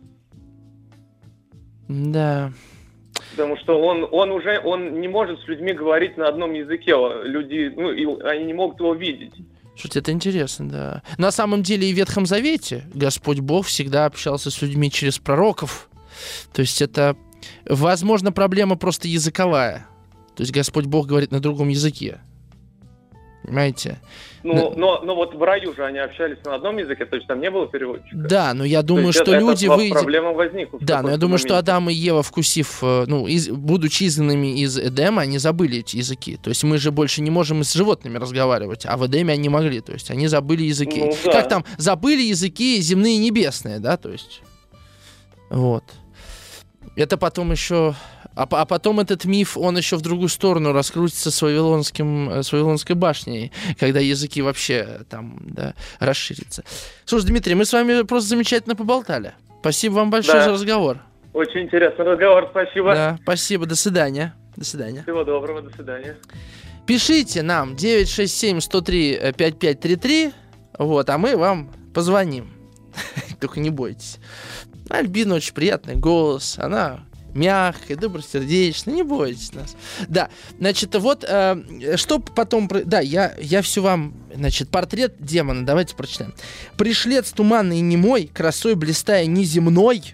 Да. Потому что он не может с людьми говорить на одном языке. Люди, ну, и они не могут его видеть. Слушайте, это интересно, да. На самом деле и в Ветхом Завете Господь Бог всегда общался с людьми через пророков. То есть это, возможно, проблема просто языковая. То есть Господь Бог говорит на другом языке. Понимаете? Но вот в раю же они общались на одном языке, то есть там не было переводчика. Да, но я думаю, что люди проблема возникла. Да, но я думаю, что Адам и Ева, вкусив, будучи изгнанными из Эдема, они забыли эти языки. То есть мы же больше не можем и с животными разговаривать, а в Эдеме они могли. То есть они забыли языки. Ну, да. Как там? Забыли языки земные и небесные, да? То есть вот. Это потом еще... А потом этот миф, он еще в другую сторону раскрутится с Вавилонской башней, когда языки вообще там, да, расширятся. Слушай, Дмитрий, мы с вами просто замечательно поболтали. Спасибо вам большое за разговор. Очень интересный разговор, спасибо. Да, спасибо, до свидания. До свидания. Всего доброго, до свидания. Пишите нам 967-103-5533, вот, а мы вам позвоним. Только не бойтесь. Альбина очень приятный голос, она... мягкая, добросердечная, не бойтесь нас. Да, значит, вот, что потом... Да, я все вам... Значит, портрет демона, давайте прочитаем. «Пришлец туманный и немой, красой блистая неземной,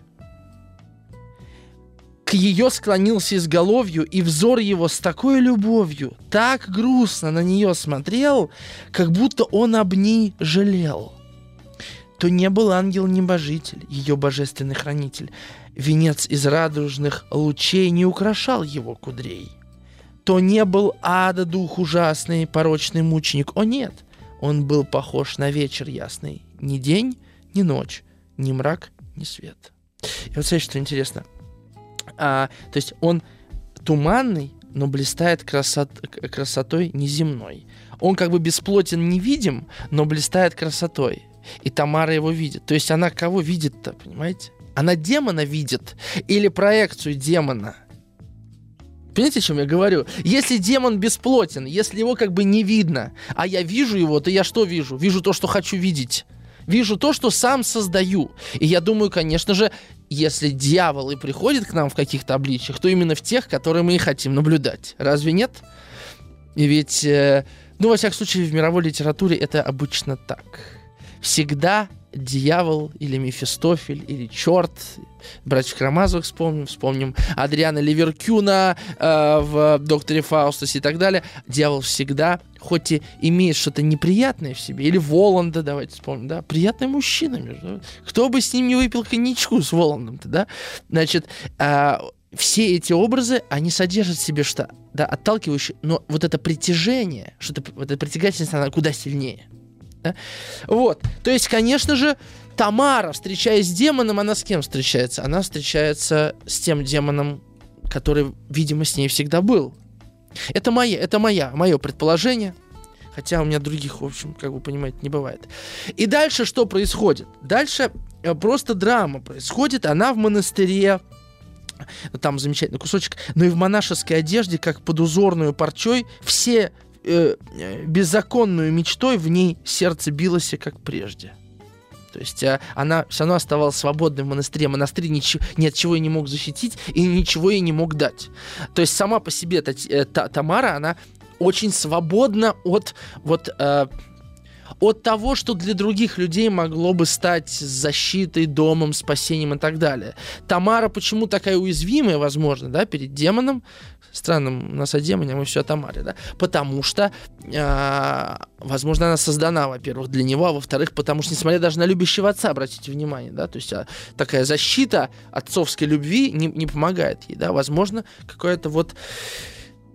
к ее склонился изголовью, и взор его с такой любовью так грустно на нее смотрел, как будто он об ней жалел. То не был ангел-небожитель, ее божественный хранитель, венец из радужных лучей не украшал его кудрей. То не был ада дух ужасный, порочный мученик. О нет, он был похож на вечер ясный. Ни день, ни ночь, ни мрак, ни свет». И вот смотрите, что интересно. То есть он туманный, но блистает красотой неземной. Он как бы бесплотен, невидим, но блистает красотой. И Тамара его видит. То есть она кого видит-то, понимаете? Она демона видит или проекцию демона? Понимаете, о чем я говорю? Если демон бесплотен, если его как бы не видно, а я вижу его, то я что вижу? Вижу то, что хочу видеть. Вижу то, что сам создаю. И я думаю, конечно же, если дьявол и приходит к нам в каких-то обличиях, то именно в тех, которые мы и хотим наблюдать. Разве нет? И ведь, во всяком случае, в мировой литературе это обычно так. Всегда дьявол или Мефистофель или черт, братьев Карамазовых вспомним Адриана Ливеркюна в «Докторе Фаустусе» и так далее. Дьявол всегда, хоть и имеет что-то неприятное в себе, или Воланда, давайте вспомним, да, приятный мужчина, кто бы с ним не выпил коньячку с Воландом-то, да, значит, все эти образы, они содержат в себе что, да, отталкивающее, но вот это притяжение, что-то, вот эта притягательность, она куда сильнее. Да? Вот, то есть, конечно же, Тамара, встречаясь с демоном, она с кем встречается? Она встречается с тем демоном, который, видимо, с ней всегда был. Это мое предположение, хотя у меня других, в общем, как вы понимаете, не бывает. И дальше что происходит? Дальше просто драма происходит, она в монастыре, там замечательный кусочек, но и в монашеской одежде, как под узорную парчой, все беззаконную мечтой в ней сердце билось, как прежде. То есть она все равно оставалась свободной в монастыре. Монастырь ни от чего и не мог защитить, и ничего ей не мог дать. То есть сама по себе Тамара, она очень свободна от того, что для других людей могло бы стать защитой, домом, спасением и так далее. Тамара почему такая уязвимая, возможно, да, перед демоном? Странно, у нас о демоне, а мы все о Тамаре, да? Потому что, возможно, она создана, во-первых, для него, а во-вторых, потому что, несмотря даже на любящего отца, обратите внимание, да, то есть такая защита отцовской любви не помогает ей, да, возможно, какое-то вот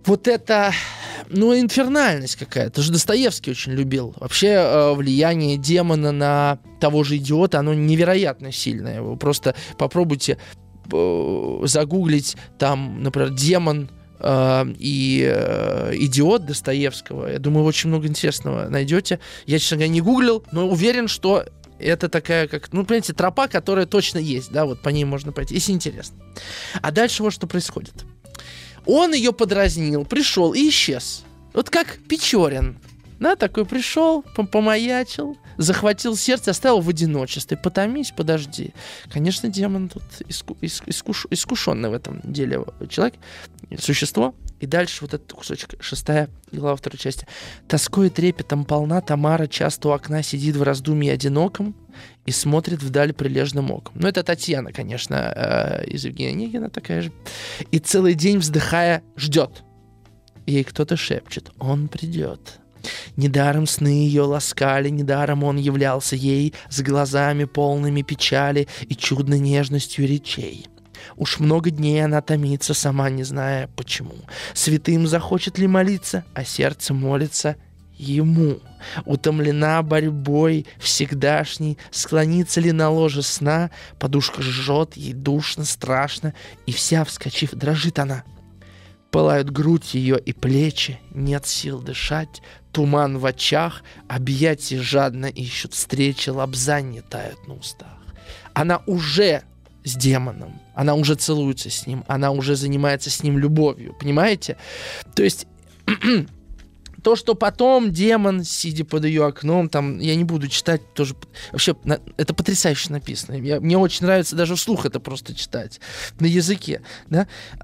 вот это, инфернальность какая-то. Это же Достоевский очень любил. Вообще влияние демона на того же идиота, оно невероятно сильное. Вы просто попробуйте загуглить там, например, демон и идиот Достоевского. Я думаю, очень много интересного найдете. Я, честно говоря, не гуглил, но уверен, что это такая, как, понимаете, тропа, которая точно есть, да, вот по ней можно пойти, если интересно. А дальше вот что происходит. Он ее подразнил, пришел и исчез. Вот как Печорин. Да, такой пришел, помаячил, захватил сердце, оставил в одиночестве. Потомись, подожди. Конечно, демон тут искушенный в этом деле человек, существо. И дальше вот этот кусочек, 6 глава 2 части. Тоской и трепетом полна Тамара часто у окна сидит в раздумье одиноком и смотрит вдаль прилежным оком. Это Татьяна, конечно, из Евгения Онегина такая же. И целый день, вздыхая, ждет. Ей кто-то шепчет: он придет. Недаром сны ее ласкали, недаром он являлся ей с глазами полными печали и чудной нежностью речей. Уж много дней она томится, сама не зная почему. Святым захочет ли молиться, а сердце молится ему. Утомлена борьбой всегдашней, склонится ли на ложе сна, подушка жжет, ей душно, страшно, и вся, вскочив, дрожит она. Пылают грудь ее и плечи, нет сил дышать, туман в очах, объятия жадно ищут встречи, лобзанье тают на устах. Она уже с демоном, она уже целуется с ним, она уже занимается с ним любовью, понимаете? То есть то, что потом демон, сидя под ее окном, там, я не буду читать, тоже вообще это потрясающе написано. Мне очень нравится даже вслух это просто читать на языке, да?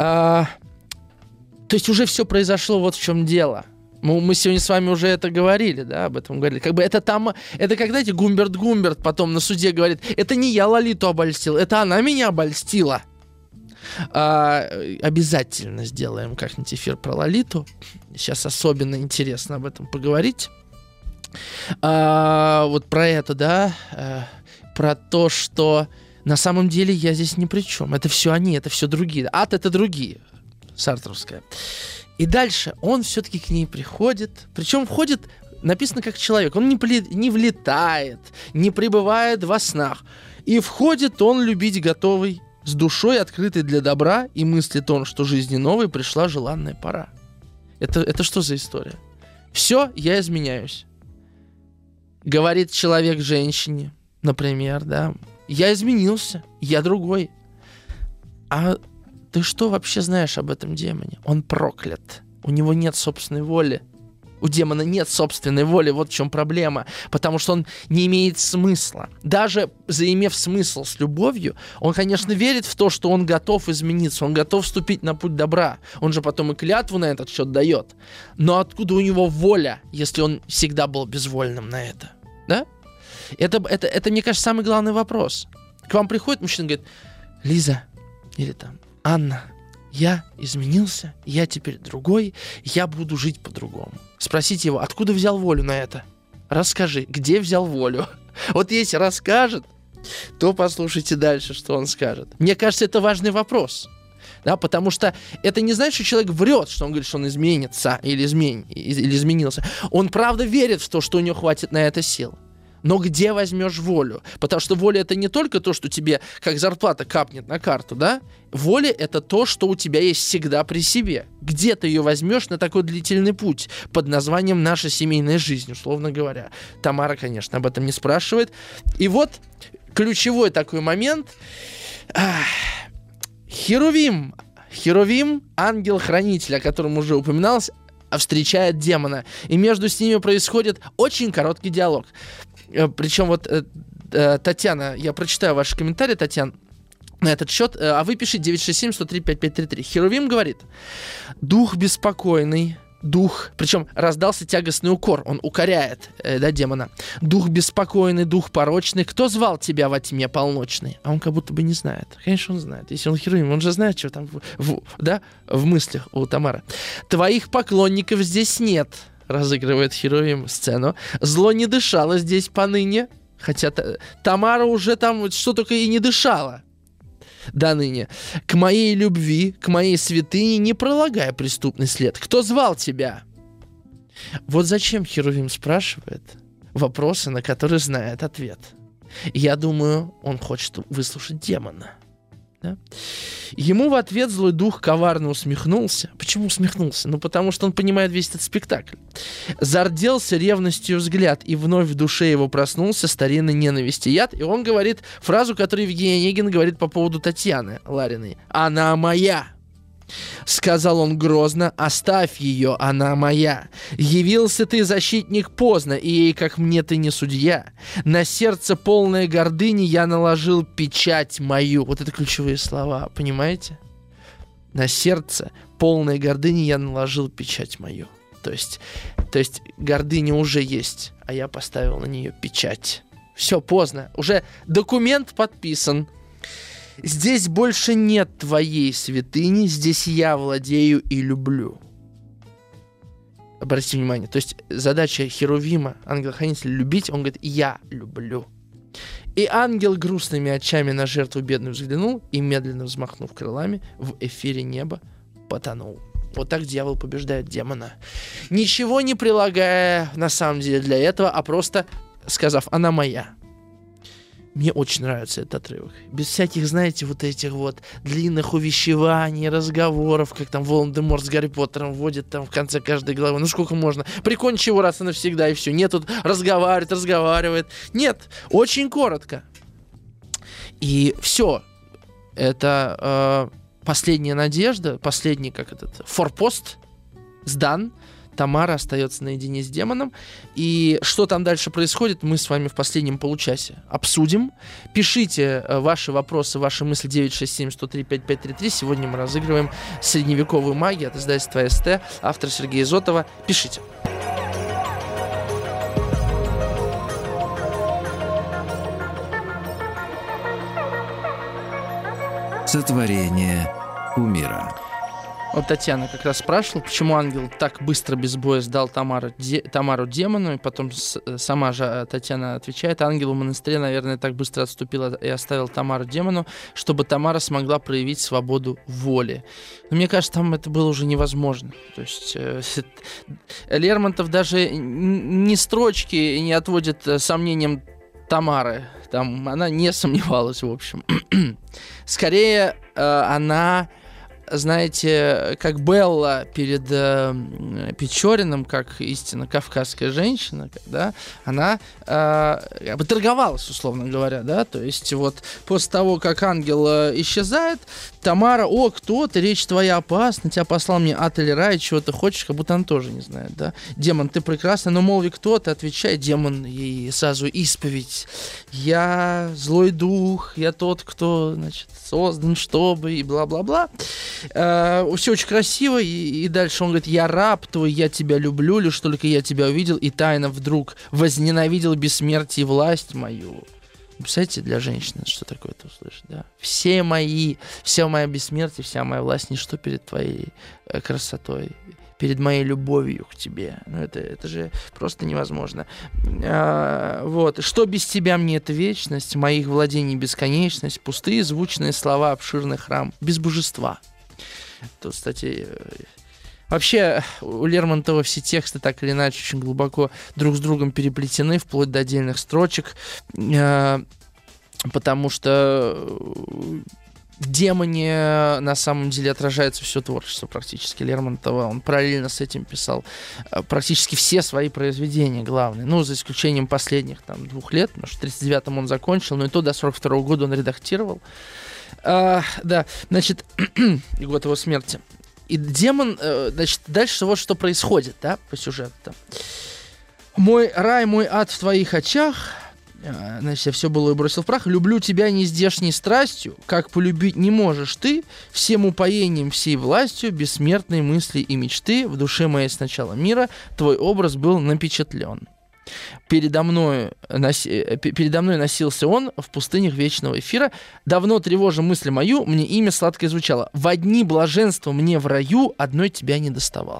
То есть уже все произошло, вот в чем дело. Мы сегодня с вами уже это говорили, да, об этом говорили. Как бы это там, это когда Гумберт потом на суде говорит: это не я Лолиту обольстил, это она меня обольстила. Обязательно сделаем как-нибудь эфир про Лолиту. Сейчас особенно интересно об этом поговорить. Вот про это, да, про то, что на самом деле я здесь ни при чем. Это все они, это все другие. Ад — это другие. Сартровская. И дальше он все-таки к ней приходит. Причем входит, написано, как человек. Он не влетает, не пребывает во снах. И входит он любить готовый, с душой открытой для добра, и мыслит он, что жизни новой пришла желанная пора. Это что за история? Все, я изменяюсь. Говорит человек женщине, например, да. Я изменился, я другой. А ты что вообще знаешь об этом демоне? Он проклят. У него нет собственной воли. У демона нет собственной воли. Вот в чем проблема. Потому что он не имеет смысла. Даже заимев смысл с любовью, он, конечно, верит в то, что он готов измениться. Он готов вступить на путь добра. Он же потом и клятву на этот счет дает. Но откуда у него воля, если он всегда был безвольным на это? Да? Это, мне кажется, самый главный вопрос. К вам приходит мужчина и говорит: Лиза, или там Анна, я изменился, я теперь другой, я буду жить по-другому. Спросите его, откуда взял волю на это? Расскажи, где взял волю? Вот если расскажет, то послушайте дальше, что он скажет. Мне кажется, это важный вопрос. Да, потому что это не значит, что человек врет, что он говорит, что он изменится или изменился. Он правда верит в то, что у него хватит на это сил. Но где возьмешь волю? Потому что воля — это не только то, что тебе как зарплата капнет на карту, да? Воля — это то, что у тебя есть всегда при себе. Где ты ее возьмешь на такой длительный путь под названием «Наша семейная жизнь», условно говоря? Тамара, конечно, об этом не спрашивает. И вот ключевой такой момент. Херувим, ангел-хранитель, о котором уже упоминалось, встречает демона. И между ними происходит очень короткий диалог. Причем вот Татьяна, я прочитаю ваши комментарии, Татьяна, на этот счет, а вы пишите 967-103-5533. Херувим говорит: дух беспокойный, дух, причем раздался тягостный укор, он укоряет, да, демона. Дух беспокойный, дух порочный, кто звал тебя во тьме полночной? А он как будто бы не знает. Конечно, он знает. Если он Херувим, он же знает, что там в мыслях у Тамары. Твоих поклонников здесь нет. Разыгрывает Херувим сцену. Зло не дышало здесь поныне. Хотя Тамара уже там что только и не дышала. до ныне. К моей любви, к моей святыне не пролагая преступный след. Кто звал тебя? Вот зачем Херувим спрашивает вопросы, на которые знает ответ. Я думаю, он хочет выслушать демона. Да? Ему в ответ злой дух коварно усмехнулся. Почему усмехнулся? Ну, потому что он понимает весь этот спектакль. Зарделся ревностью взгляд, и вновь в душе его проснулся старинной ненависти яд. И он говорит фразу, которую Евгений Онегин говорит по поводу Татьяны Лариной. «Она моя!» Сказал он грозно, оставь ее, она моя. Явился ты, защитник, поздно, и ей, как мне, ты не судья. На сердце полное гордыни я наложил печать мою. Вот это ключевые слова, понимаете? На сердце полное гордыни я наложил печать мою. То есть гордыня уже есть, а я поставил на нее печать. Все, поздно, уже документ подписан. Здесь больше нет твоей святыни, здесь я владею и люблю. Обратите внимание, то есть задача Херувима, ангела-хранителя, любить, он говорит, я люблю. И ангел грустными очами на жертву бедную взглянул и, медленно взмахнув крылами, в эфире неба потонул. Вот так дьявол побеждает демона. Ничего не прилагая, на самом деле, для этого, а просто сказав, она моя. Мне очень нравится этот отрывок. Без всяких, знаете, вот этих вот длинных увещеваний, разговоров, как там Волан-де-Морт с Гарри Поттером вводит там в конце каждой главы. Ну сколько можно? Прикончи его раз и навсегда, и все. Нет, тут разговаривает. Нет, очень коротко. И все. Это последняя надежда, последний, форпост сдан. Тамара остается наедине с демоном. И что там дальше происходит, мы с вами в последнем получасе обсудим. Пишите ваши вопросы, ваши мысли 967-103-5533. Сегодня мы разыгрываем «Средневековую магию» от издательства СТ. Автор Сергей Изотова. Пишите. Сотворение кумира. Вот Татьяна как раз спрашивала, почему ангел так быстро без боя сдал Тамару демону, и потом сама же Татьяна отвечает, ангел в монастыре, наверное, так быстро отступил и оставил Тамару демону, чтобы Тамара смогла проявить свободу воли. Но мне кажется, там это было уже невозможно. То есть Лермонтов даже ни строчки не отводит сомнениям Тамары. Там она не сомневалась, в общем. Скорее, она... Знаете, как Белла перед Печориным, как истинно кавказская женщина, да, она торговалась, условно говоря, да, то есть вот после того, как ангел исчезает, Тамара, кто ты, речь твоя опасна, тебя послал мне ад или рай, чего ты хочешь, как будто она тоже не знает, да. Демон, ты прекрасна, но молви кто ты, отвечай, демон, ей сразу исповедь. Я злой дух, я тот, кто, значит, создан, чтобы, и бла-бла-бла. Все очень красиво, и дальше он говорит, я раб твой, я тебя люблю, лишь только я тебя увидел, и тайно вдруг возненавидел бессмертие и власть мою. Представляете, для женщины, что такое это услышать, да? Все моя бессмертие, вся моя власть, ничто перед твоей красотой, перед моей любовью к тебе. Ну, это же просто невозможно. Вот. Что без тебя мне это вечность, моих владений бесконечность, пустые звучные слова, обширный храм, без божества. Тут, кстати, вообще у Лермонтова все тексты так или иначе очень глубоко друг с другом переплетены, вплоть до отдельных строчек, потому что в демоне на самом деле отражается все творчество практически Лермонтова. Он параллельно с этим писал практически все свои произведения главные. Ну, за исключением последних 2 лет, потому что в 1939-м он закончил, но и то до 1942 года он редактировал. Да, значит, год его смерти. И демон, значит, дальше вот что происходит, да, по сюжету. Мой рай, мой ад в твоих очах. Значит, я все было и бросил в прах. Люблю тебя нездешней страстью, как полюбить не можешь ты, всем упоением, всей властью, бессмертной мысли и мечты, в душе моей с начала мира твой образ был напечатлен. Передо мной носился он в пустынях вечного эфира. Давно тревожа мысль мою, мне имя сладкое звучало. Во дни блаженства мне в раю одной тебя не доставало.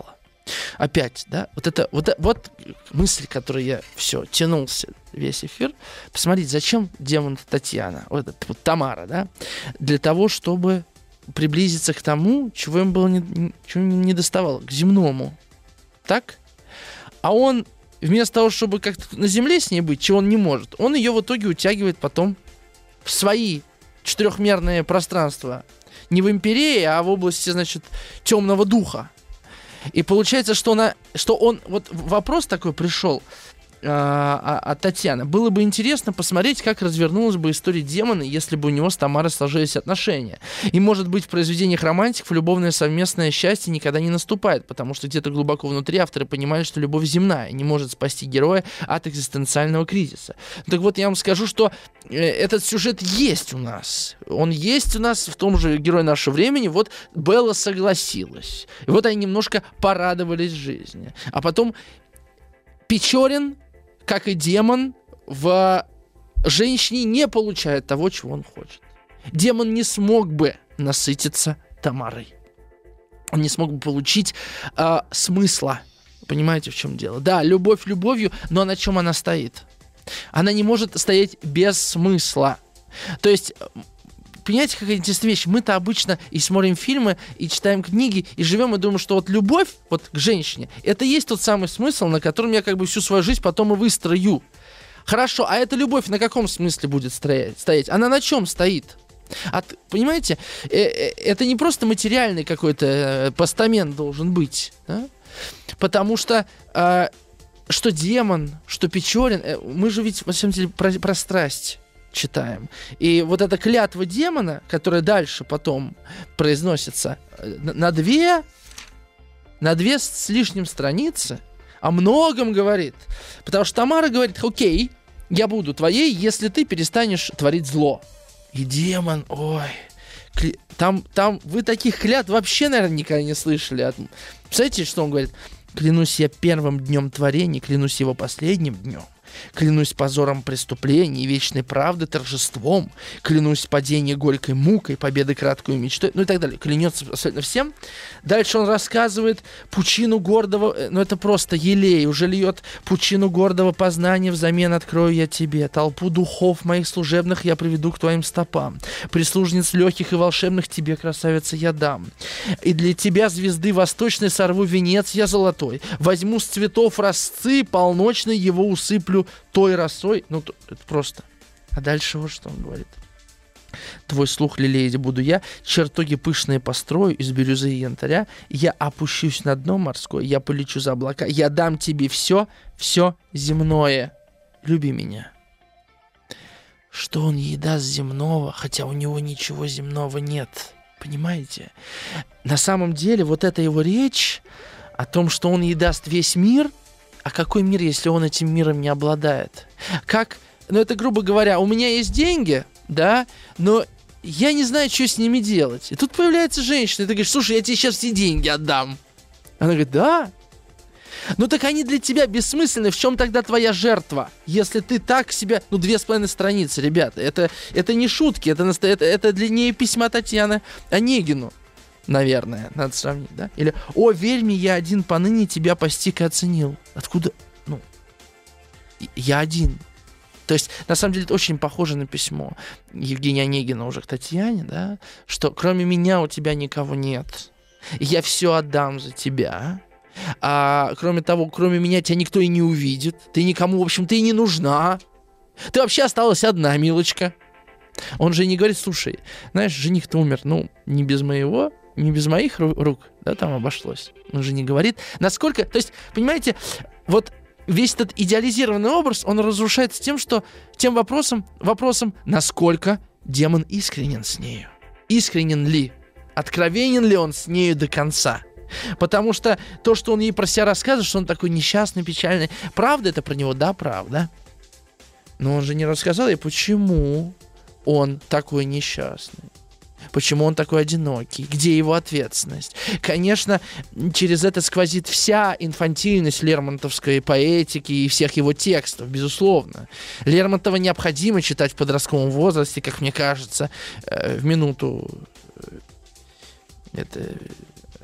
Опять, да, вот мысль, которой я тянулся весь эфир. Посмотрите, зачем демон Татьяна, вот Тамара, да? Для того, чтобы приблизиться к тому, чего им было чего им не доставало, к земному. Так? А он, вместо того, чтобы как-то на земле с ней быть, чего он не может, он ее в итоге утягивает потом в свои четырехмерные пространства. Не в империи, а в области, значит, темного духа. И получается, что он вот вопрос такой пришел от Татьяны. Было бы интересно посмотреть, как развернулась бы история демона, если бы у него с Тамарой сложились отношения. И, может быть, в произведениях романтиков любовное совместное счастье никогда не наступает, потому что где-то глубоко внутри авторы понимали, что любовь земная не может спасти героя от экзистенциального кризиса. Так вот, я вам скажу, что этот сюжет есть у нас. Он есть у нас в том же «Герое нашего времени». Вот Белла согласилась. И вот они немножко порадовались жизни. А потом Печорин, как и демон, в женщине не получает того, чего он хочет. Демон не смог бы насытиться Тамарой. Он не смог бы получить смысла. Понимаете, в чем дело? Да, любовь любовью, но на чем она стоит? Она не может стоять без смысла. То есть, понимаете, какая интересная вещь? Мы-то обычно и смотрим фильмы, и читаем книги, и живем, и думаем, что вот любовь вот к женщине, это и есть тот самый смысл, на котором я как бы всю свою жизнь потом и выстрою. Хорошо, а эта любовь на каком смысле будет стоять? Она на чем стоит? Понимаете, это не просто материальный какой-то постамент должен быть, да? Потому что что демон, что Печорин, мы же ведь, во всем деле, про страсть читаем. И вот эта клятва демона, которая дальше потом произносится на две с лишним страницы, о многом говорит. Потому что Тамара говорит: окей, я буду твоей, если ты перестанешь творить зло. И демон, там вы таких клятв вообще, наверное, никогда не слышали. Представляете, что он говорит? Клянусь я первым днем творения, клянусь его последним днем. Клянусь позором преступлений, вечной правды торжеством. Клянусь падением горькой мукой, победы краткую мечтой. Ну и так далее. Клянется абсолютно всем. Дальше он рассказывает пучину гордого... это просто елей. Уже льет пучину гордого познания. Взамен открою я тебе. Толпу духов моих служебных я приведу к твоим стопам. Прислужниц легких и волшебных тебе, красавица, я дам. И для тебя, звезды восточной, сорву венец я золотой. Возьму с цветов росцы полночной, его усыплю той росой. Это просто. А дальше вот что он говорит. Твой слух лелеять буду я, чертоги пышные построю из бирюзы и янтаря, я опущусь на дно морское, я полечу за облака, я дам тебе все земное. Люби меня. Что он ей даст земного, хотя у него ничего земного нет. Понимаете? На самом деле вот эта его речь о том, что он ей даст весь мир. А какой мир, если он этим миром не обладает? Это, грубо говоря, у меня есть деньги, да, но я не знаю, что с ними делать. И тут появляется женщина, и ты говоришь: слушай, я тебе сейчас все деньги отдам. Она говорит: да. Так они для тебя бессмысленны. В чем тогда твоя жертва? Если ты так себя... 2,5 страницы, ребята. Это не шутки, это длиннее письма Татьяны Онегину. Наверное, надо сравнить, да? Или: «О, верь мне, я один поныне тебя постиг и оценил». Откуда? Я один. То есть, на самом деле, это очень похоже на письмо Евгения Онегина уже к Татьяне, да? Что кроме меня у тебя никого нет. И я все отдам за тебя. А кроме того, кроме меня тебя никто и не увидит. Ты никому, в общем, ты и не нужна. Ты вообще осталась одна, милочка. Он же не говорит: слушай, знаешь, жених-то умер, не без моих рук, да, там обошлось. Он же не говорит, насколько... То есть, понимаете, вот весь этот идеализированный образ, он разрушается тем вопросом, насколько демон искренен с нею. Искренен ли? Откровенен ли он с нею до конца? Потому что то, что он ей про себя рассказывает, что он такой несчастный, печальный, правда это про него? Да, правда. Но он же не рассказал ей, почему он такой несчастный. Почему он такой одинокий? Где его ответственность? Конечно, через это сквозит вся инфантильность лермонтовской поэтики и всех его текстов, безусловно. Лермонтова необходимо читать в подростковом возрасте, как мне кажется, в минуту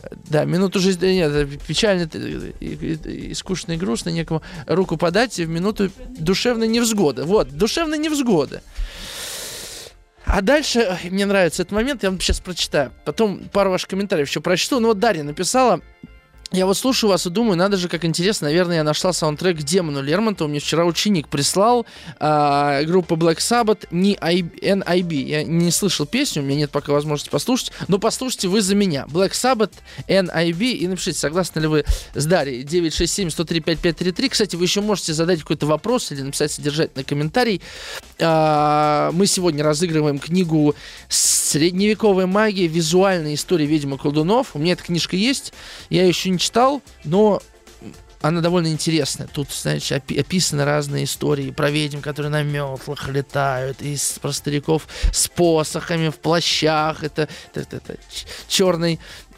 Да, минуту жизни... Нет, печально и скучно и грустно, некому руку подать в минуту душевной невзгоды. Вот, душевной невзгоды. А дальше, мне нравится этот момент, я вам сейчас прочитаю. Потом пару ваших комментариев еще прочту. Ну вот Дарья написала: я вот слушаю вас и думаю, надо же, как интересно. Наверное, я нашла саундтрек к «Демону» Лермонтова. Мне вчера ученик прислал. Группа Black Sabbath, NIB. Я не слышал песню, у меня нет пока возможности послушать. Но послушайте вы за меня. Black Sabbath, NIB. И напишите, согласны ли вы с Дарьей. 967-103-5533. Кстати, вы еще можете задать какой-то вопрос или написать содержательный комментарий. Мы сегодня разыгрываем книгу «Средневековая магия. Визуальная история ведьм и колдунов». У меня эта книжка есть. Я еще не читал, но она довольно интересная. Тут, значит, описаны разные истории про ведьм, которые на метлах летают, и про стариков с посохами в плащах. Это черный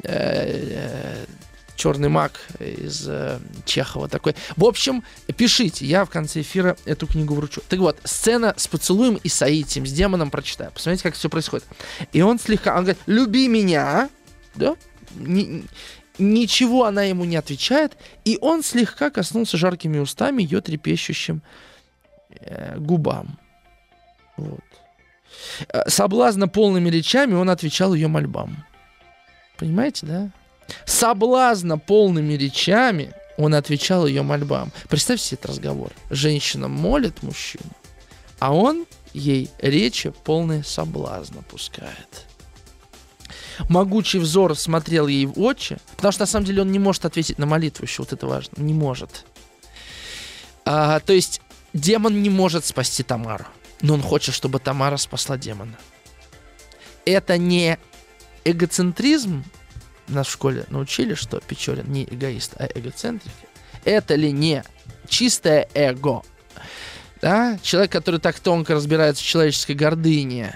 маг из Чехова такой. В общем, пишите, я в конце эфира эту книгу вручу. Так вот, сцена с поцелуем и соитием, с демоном прочитаю. Посмотрите, как все происходит. И он говорит: люби меня, да? Ничего она ему не отвечает, и он слегка коснулся жаркими устами ее трепещущим губам. Вот. Соблазна полными речами он отвечал ее мольбам. Понимаете, да? Соблазна полными речами он отвечал ее мольбам. Представьте себе этот разговор. Женщина молит мужчину, а он ей речи полные соблазна пускает. Могучий взор смотрел ей в очи, потому что на самом деле он не может ответить на молитву еще, вот это важно, не может. То есть демон не может спасти Тамару, но он хочет, чтобы Тамара спасла демона. Это не эгоцентризм? Нас в школе научили, что Печорин не эгоист, а эгоцентрик. Это ли не чистое эго? Да? Человек, который так тонко разбирается в человеческой гордыне,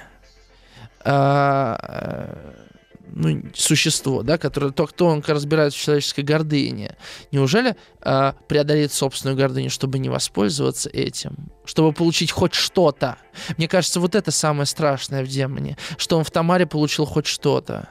существо, да, которое так тонко разбирается в человеческой гордыне, неужели преодолеет собственную гордыню, чтобы не воспользоваться этим, чтобы получить хоть что-то? Мне кажется, вот это самое страшное в демоне, что он в Тамаре получил хоть что-то.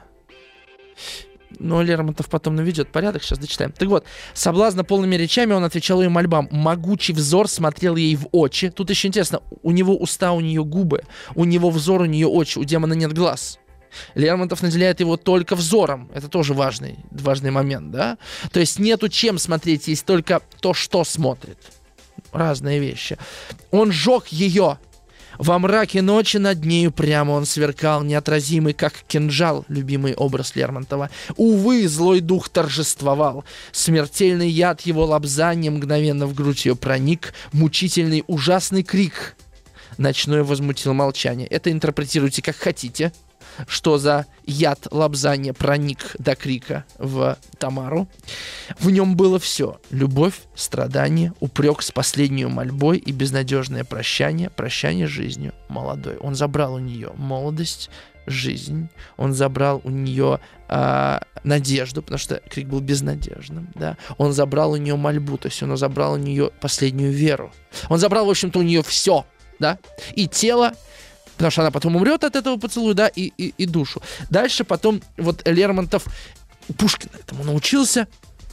Но Лермонтов потом наведет порядок, сейчас дочитаем. Так вот, соблазна полными речами он отвечал ее мольбам. Могучий взор смотрел ей в очи. Тут еще интересно, у него уста, у нее губы, у него взор, у нее очи, у демона нет глаз. Лермонтов наделяет его только взором. Это тоже важный момент, да? То есть нету чем смотреть, есть только то, что смотрит. Разные вещи. Он жег ее. Во мраке ночи над нею прямо он сверкал, неотразимый, как кинжал, любимый образ Лермонтова. Увы, злой дух торжествовал. Смертельный яд его лобзания мгновенно в грудь ее проник. Мучительный, ужасный крик ночной возмутил молчание. Это интерпретируйте как хотите. Что за яд лобзания проник до крика в Тамару. В нем было все. Любовь, страдание, упрек с последней мольбой и безнадежное прощание с жизнью молодой. Он забрал у нее молодость, жизнь. Он забрал у нее надежду, потому что крик был безнадежным. Да? Он забрал у нее мольбу, то есть он забрал у нее последнюю веру. Он забрал, в общем-то, у нее все. Да? И тело, потому что она потом умрет от этого поцелуя, да, и душу. Дальше потом вот Лермонтов, Пушкин этому научился.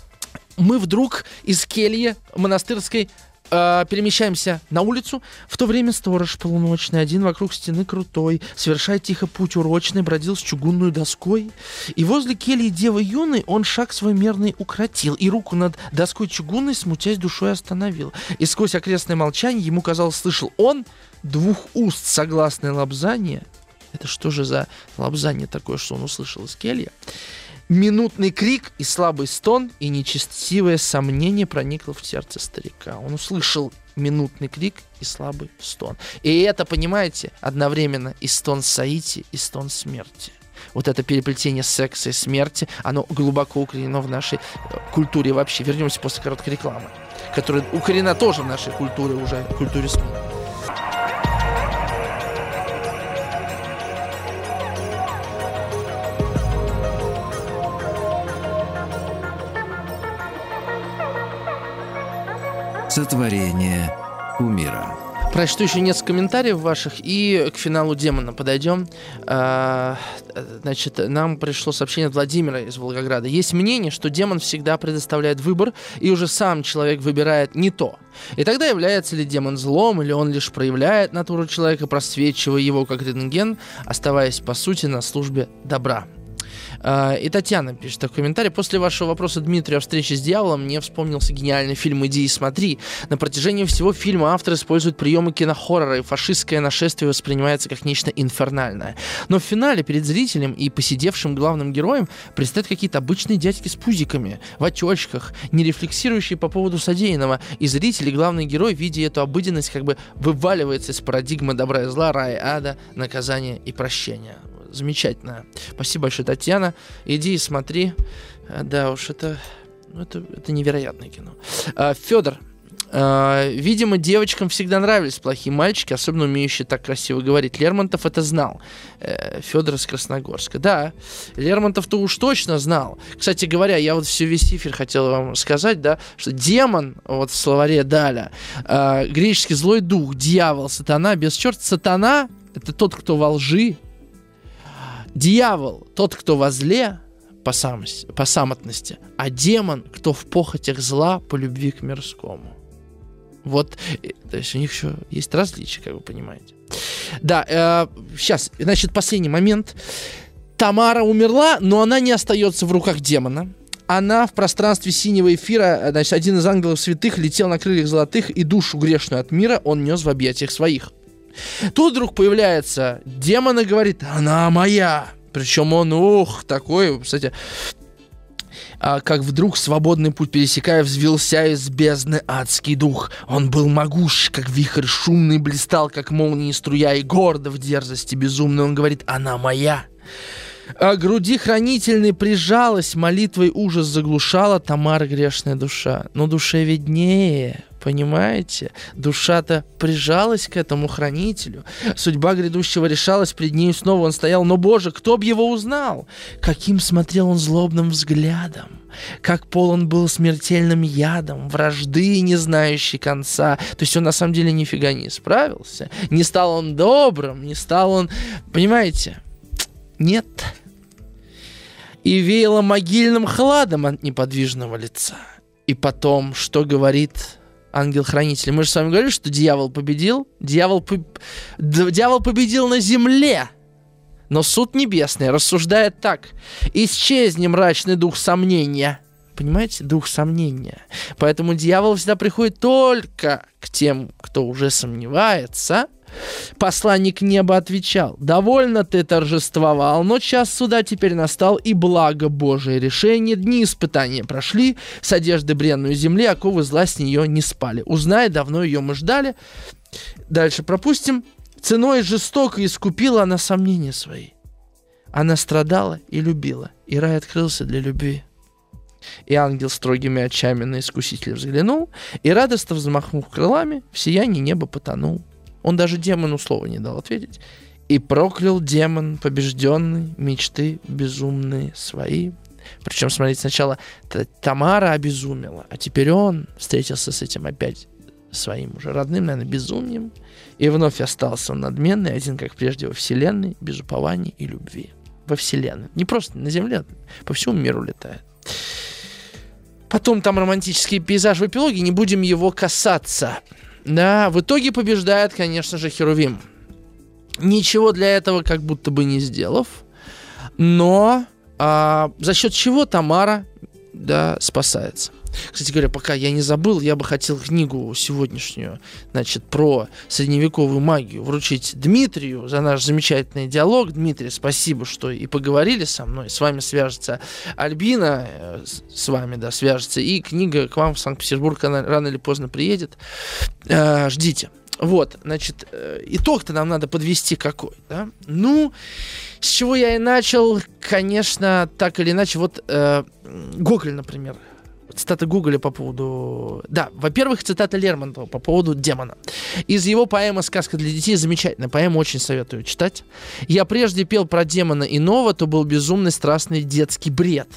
Мы вдруг из кельи монастырской перемещаемся на улицу. В то время сторож полуночный, один вокруг стены крутой, совершая тихо путь урочный, бродил с чугунной доской. И возле кельи девы юной он шаг свой мерный укротил, и руку над доской чугунной, смутясь душой, остановил. И сквозь окрестное молчание ему казалось, слышал он двух уст согласное лобзание. Это что же за лобзание такое, что он услышал из кельи? Минутный крик и слабый стон, и нечестивое сомнение проникло в сердце старика. Он услышал минутный крик и слабый стон. И это, понимаете, одновременно и стон соития, и стон смерти. Вот это переплетение секса и смерти, оно глубоко укоренено в нашей культуре вообще. Вернемся после короткой рекламы, которая укоренена тоже в нашей культуре, уже в культуре СМИ. Сотворение кумира. Прочту еще несколько комментариев ваших и к финалу «Демона» подойдем. Значит, нам пришло сообщение от Владимира из Волгограда. Есть мнение, что демон всегда предоставляет выбор, и уже сам человек выбирает не то. И тогда является ли демон злом, или он лишь проявляет натуру человека, просвечивая его как рентген, оставаясь, по сути, на службе добра. И Татьяна пишет такой комментарий. После вашего вопроса, Дмитрию, о встрече с дьяволом, мне вспомнился гениальный фильм «Иди и смотри». На протяжении всего фильма автор использует приемы кинохоррора, и фашистское нашествие воспринимается как нечто инфернальное. Но в финале перед зрителем и посидевшим главным героем предстоят какие-то обычные дядьки с пузиками, в очочках, не рефлексирующие по поводу содеянного. И зритель, и главный герой, видя эту обыденность, как бы вываливается из парадигмы добра и зла, рая и ада, наказания и прощения. Замечательно. Спасибо большое, Татьяна. Иди и смотри. Да уж, это невероятное кино. Федор. Видимо, девочкам всегда нравились плохие мальчики, особенно умеющие так красиво говорить. Лермонтов это знал. Федор из Красногорска. Да, Лермонтов-то уж точно знал. Кстати говоря, я вот весь эфир хотел вам сказать, да, что демон, вот в словаре Даля, греческий злой дух, дьявол, сатана, без черт. Сатана — это тот, кто во лжи. Дьявол — тот, кто во зле, по самотности, а демон, кто в похотях зла, по любви к мирскому. Вот, то есть у них еще есть различия, как вы понимаете. Да, сейчас, значит, последний момент. Тамара умерла, но она не остается в руках демона. Она в пространстве синего эфира, значит, один из ангелов святых летел на крыльях золотых, и душу грешную от мира он нес в объятиях своих. Тут вдруг появляется демон и говорит: она моя. Причем он, такой, кстати, как вдруг свободный путь пересекая, взвился из бездны адский дух. Он был могущ, как вихрь шумный, блистал, как молния струя, и гордо в дерзости безумной он говорит: она моя. А груди хранительной прижалась, молитвой ужас заглушала Тамара грешная душа. Но душе виднее, понимаете? Душа-то прижалась к этому хранителю. Судьба грядущего решалась, пред нею снова он стоял. Но, Боже, кто б его узнал? Каким смотрел он злобным взглядом, как полон был смертельным ядом, вражды, не знающей конца. То есть он на самом деле нифига не справился. Не стал он добрым, не стал он... Понимаете? Нет. И веяло могильным хладом от неподвижного лица. И потом, что говорит ангел-хранитель? Мы же с вами говорили, что дьявол победил. Дьявол победил на земле. Но суд небесный рассуждает так: исчезни мрачный дух сомнения. Понимаете? Дух сомнения. Поэтому дьявол всегда приходит только к тем, кто уже сомневается. Посланник неба отвечал: довольно ты торжествовал, но час суда теперь настал, и благо Божие решение. Дни испытания прошли, с одежды бренную земли, оковы зла с нее не спали. Узнай, давно ее мы ждали. Дальше пропустим. Ценой жестоко искупила она сомнения свои. Она страдала и любила, и рай открылся для любви. И ангел строгими очами на искусителя взглянул, и радостно взмахнув крылами, в сиянии неба потонул. Он даже демону слова не дал ответить. И проклял демон побежденный мечты безумные свои. Причем, смотрите, сначала Тамара обезумела, а теперь он встретился с этим опять своим уже родным, наверное, безумием. И вновь остался он надменный, один, как прежде, во вселенной, без упования и любви. Во вселенной. Не просто на земле, по всему миру летает. Потом там романтический пейзаж в эпилоге, не будем его касаться. Да, в итоге побеждает, конечно же, Херувим. Ничего для этого как будто бы не сделав. Но за счет чего Тамара, да, спасается. Кстати говоря, пока я не забыл, я бы хотел книгу сегодняшнюю, значит, про средневековую магию вручить Дмитрию за наш замечательный диалог. Дмитрий, спасибо, что и поговорили со мной. С вами свяжется Альбина, с вами, да, свяжется. И книга к вам в Санкт-Петербург, она рано или поздно приедет. Ждите. Вот, значит, итог-то нам надо подвести какой, да? Ну, с чего я и начал, конечно, так или иначе, вот Гоголь, например. Цитата Гоголя по поводу... Да, во-первых, цитата Лермонтова по поводу демона. Из его поэмы «Сказка для детей» замечательная поэма, очень советую читать. «Я прежде пел про демона иного, то был безумный страстный детский бред».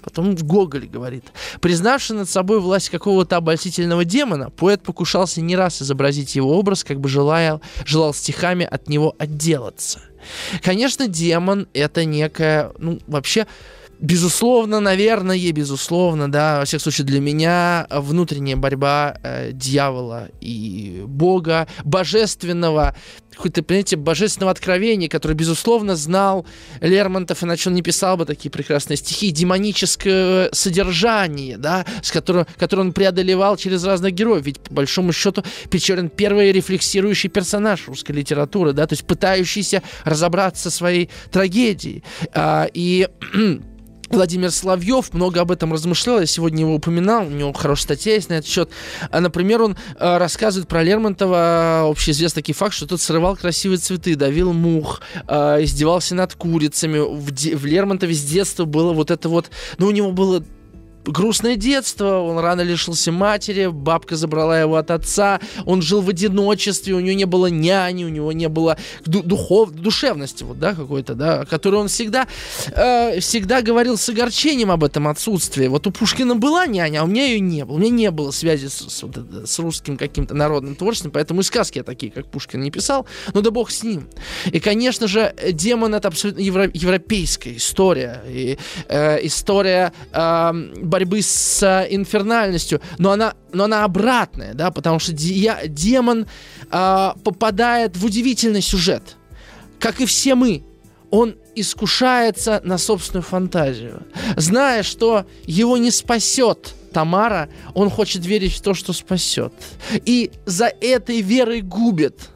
Потом Гоголь говорит: признавший над собой власть какого-то обольстительного демона, поэт покушался не раз изобразить его образ, как бы желал стихами от него отделаться. Конечно, демон — это некая, вообще... Безусловно, да, во всяком случае для меня внутренняя борьба дьявола и Бога, божественного, какое-то, понимаете, божественного откровения, которое, безусловно, знал Лермонтов, иначе он не писал бы такие прекрасные стихи, демоническое содержание, да, которое он преодолевал через разных героев. Ведь, по большому счету, Печорин — первый рефлексирующий персонаж русской литературы, да, то есть пытающийся разобраться со своей трагедией. И Владимир Соловьев много об этом размышлял, я сегодня его упоминал, у него хорошая статья есть на этот счет. Например, он рассказывает про Лермонтова, общеизвестный такой факт, что тот срывал красивые цветы, давил мух, издевался над курицами. В Лермонтове с детства было вот это вот, у него было грустное детство, он рано лишился матери, бабка забрала его от отца, он жил в одиночестве, у него не было няни, у него не было душевности, вот, да, какой-то, да, которую он всегда говорил с огорчением об этом отсутствии. Вот у Пушкина была няня, а у меня ее не было. У меня не было связи с русским каким-то народным творчеством, поэтому и сказки я такие, как Пушкин, не писал, но да бог с ним. И, конечно же, демон — это абсолютно европейская история, и история борьбы с инфернальностью, но она обратная, да, потому что демон попадает в удивительный сюжет. Как и все мы, он искушается на собственную фантазию. Зная, что его не спасет Тамара, он хочет верить в то, что спасет. И за этой верой губит.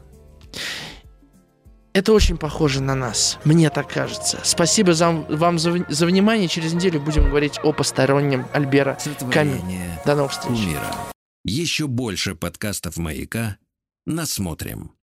Это очень похоже на нас, мне так кажется. Спасибо вам за внимание. Через неделю будем говорить о постороннем Альбера Камю. До новых встреч. Еще больше подкастов «Маяка» насмотрим.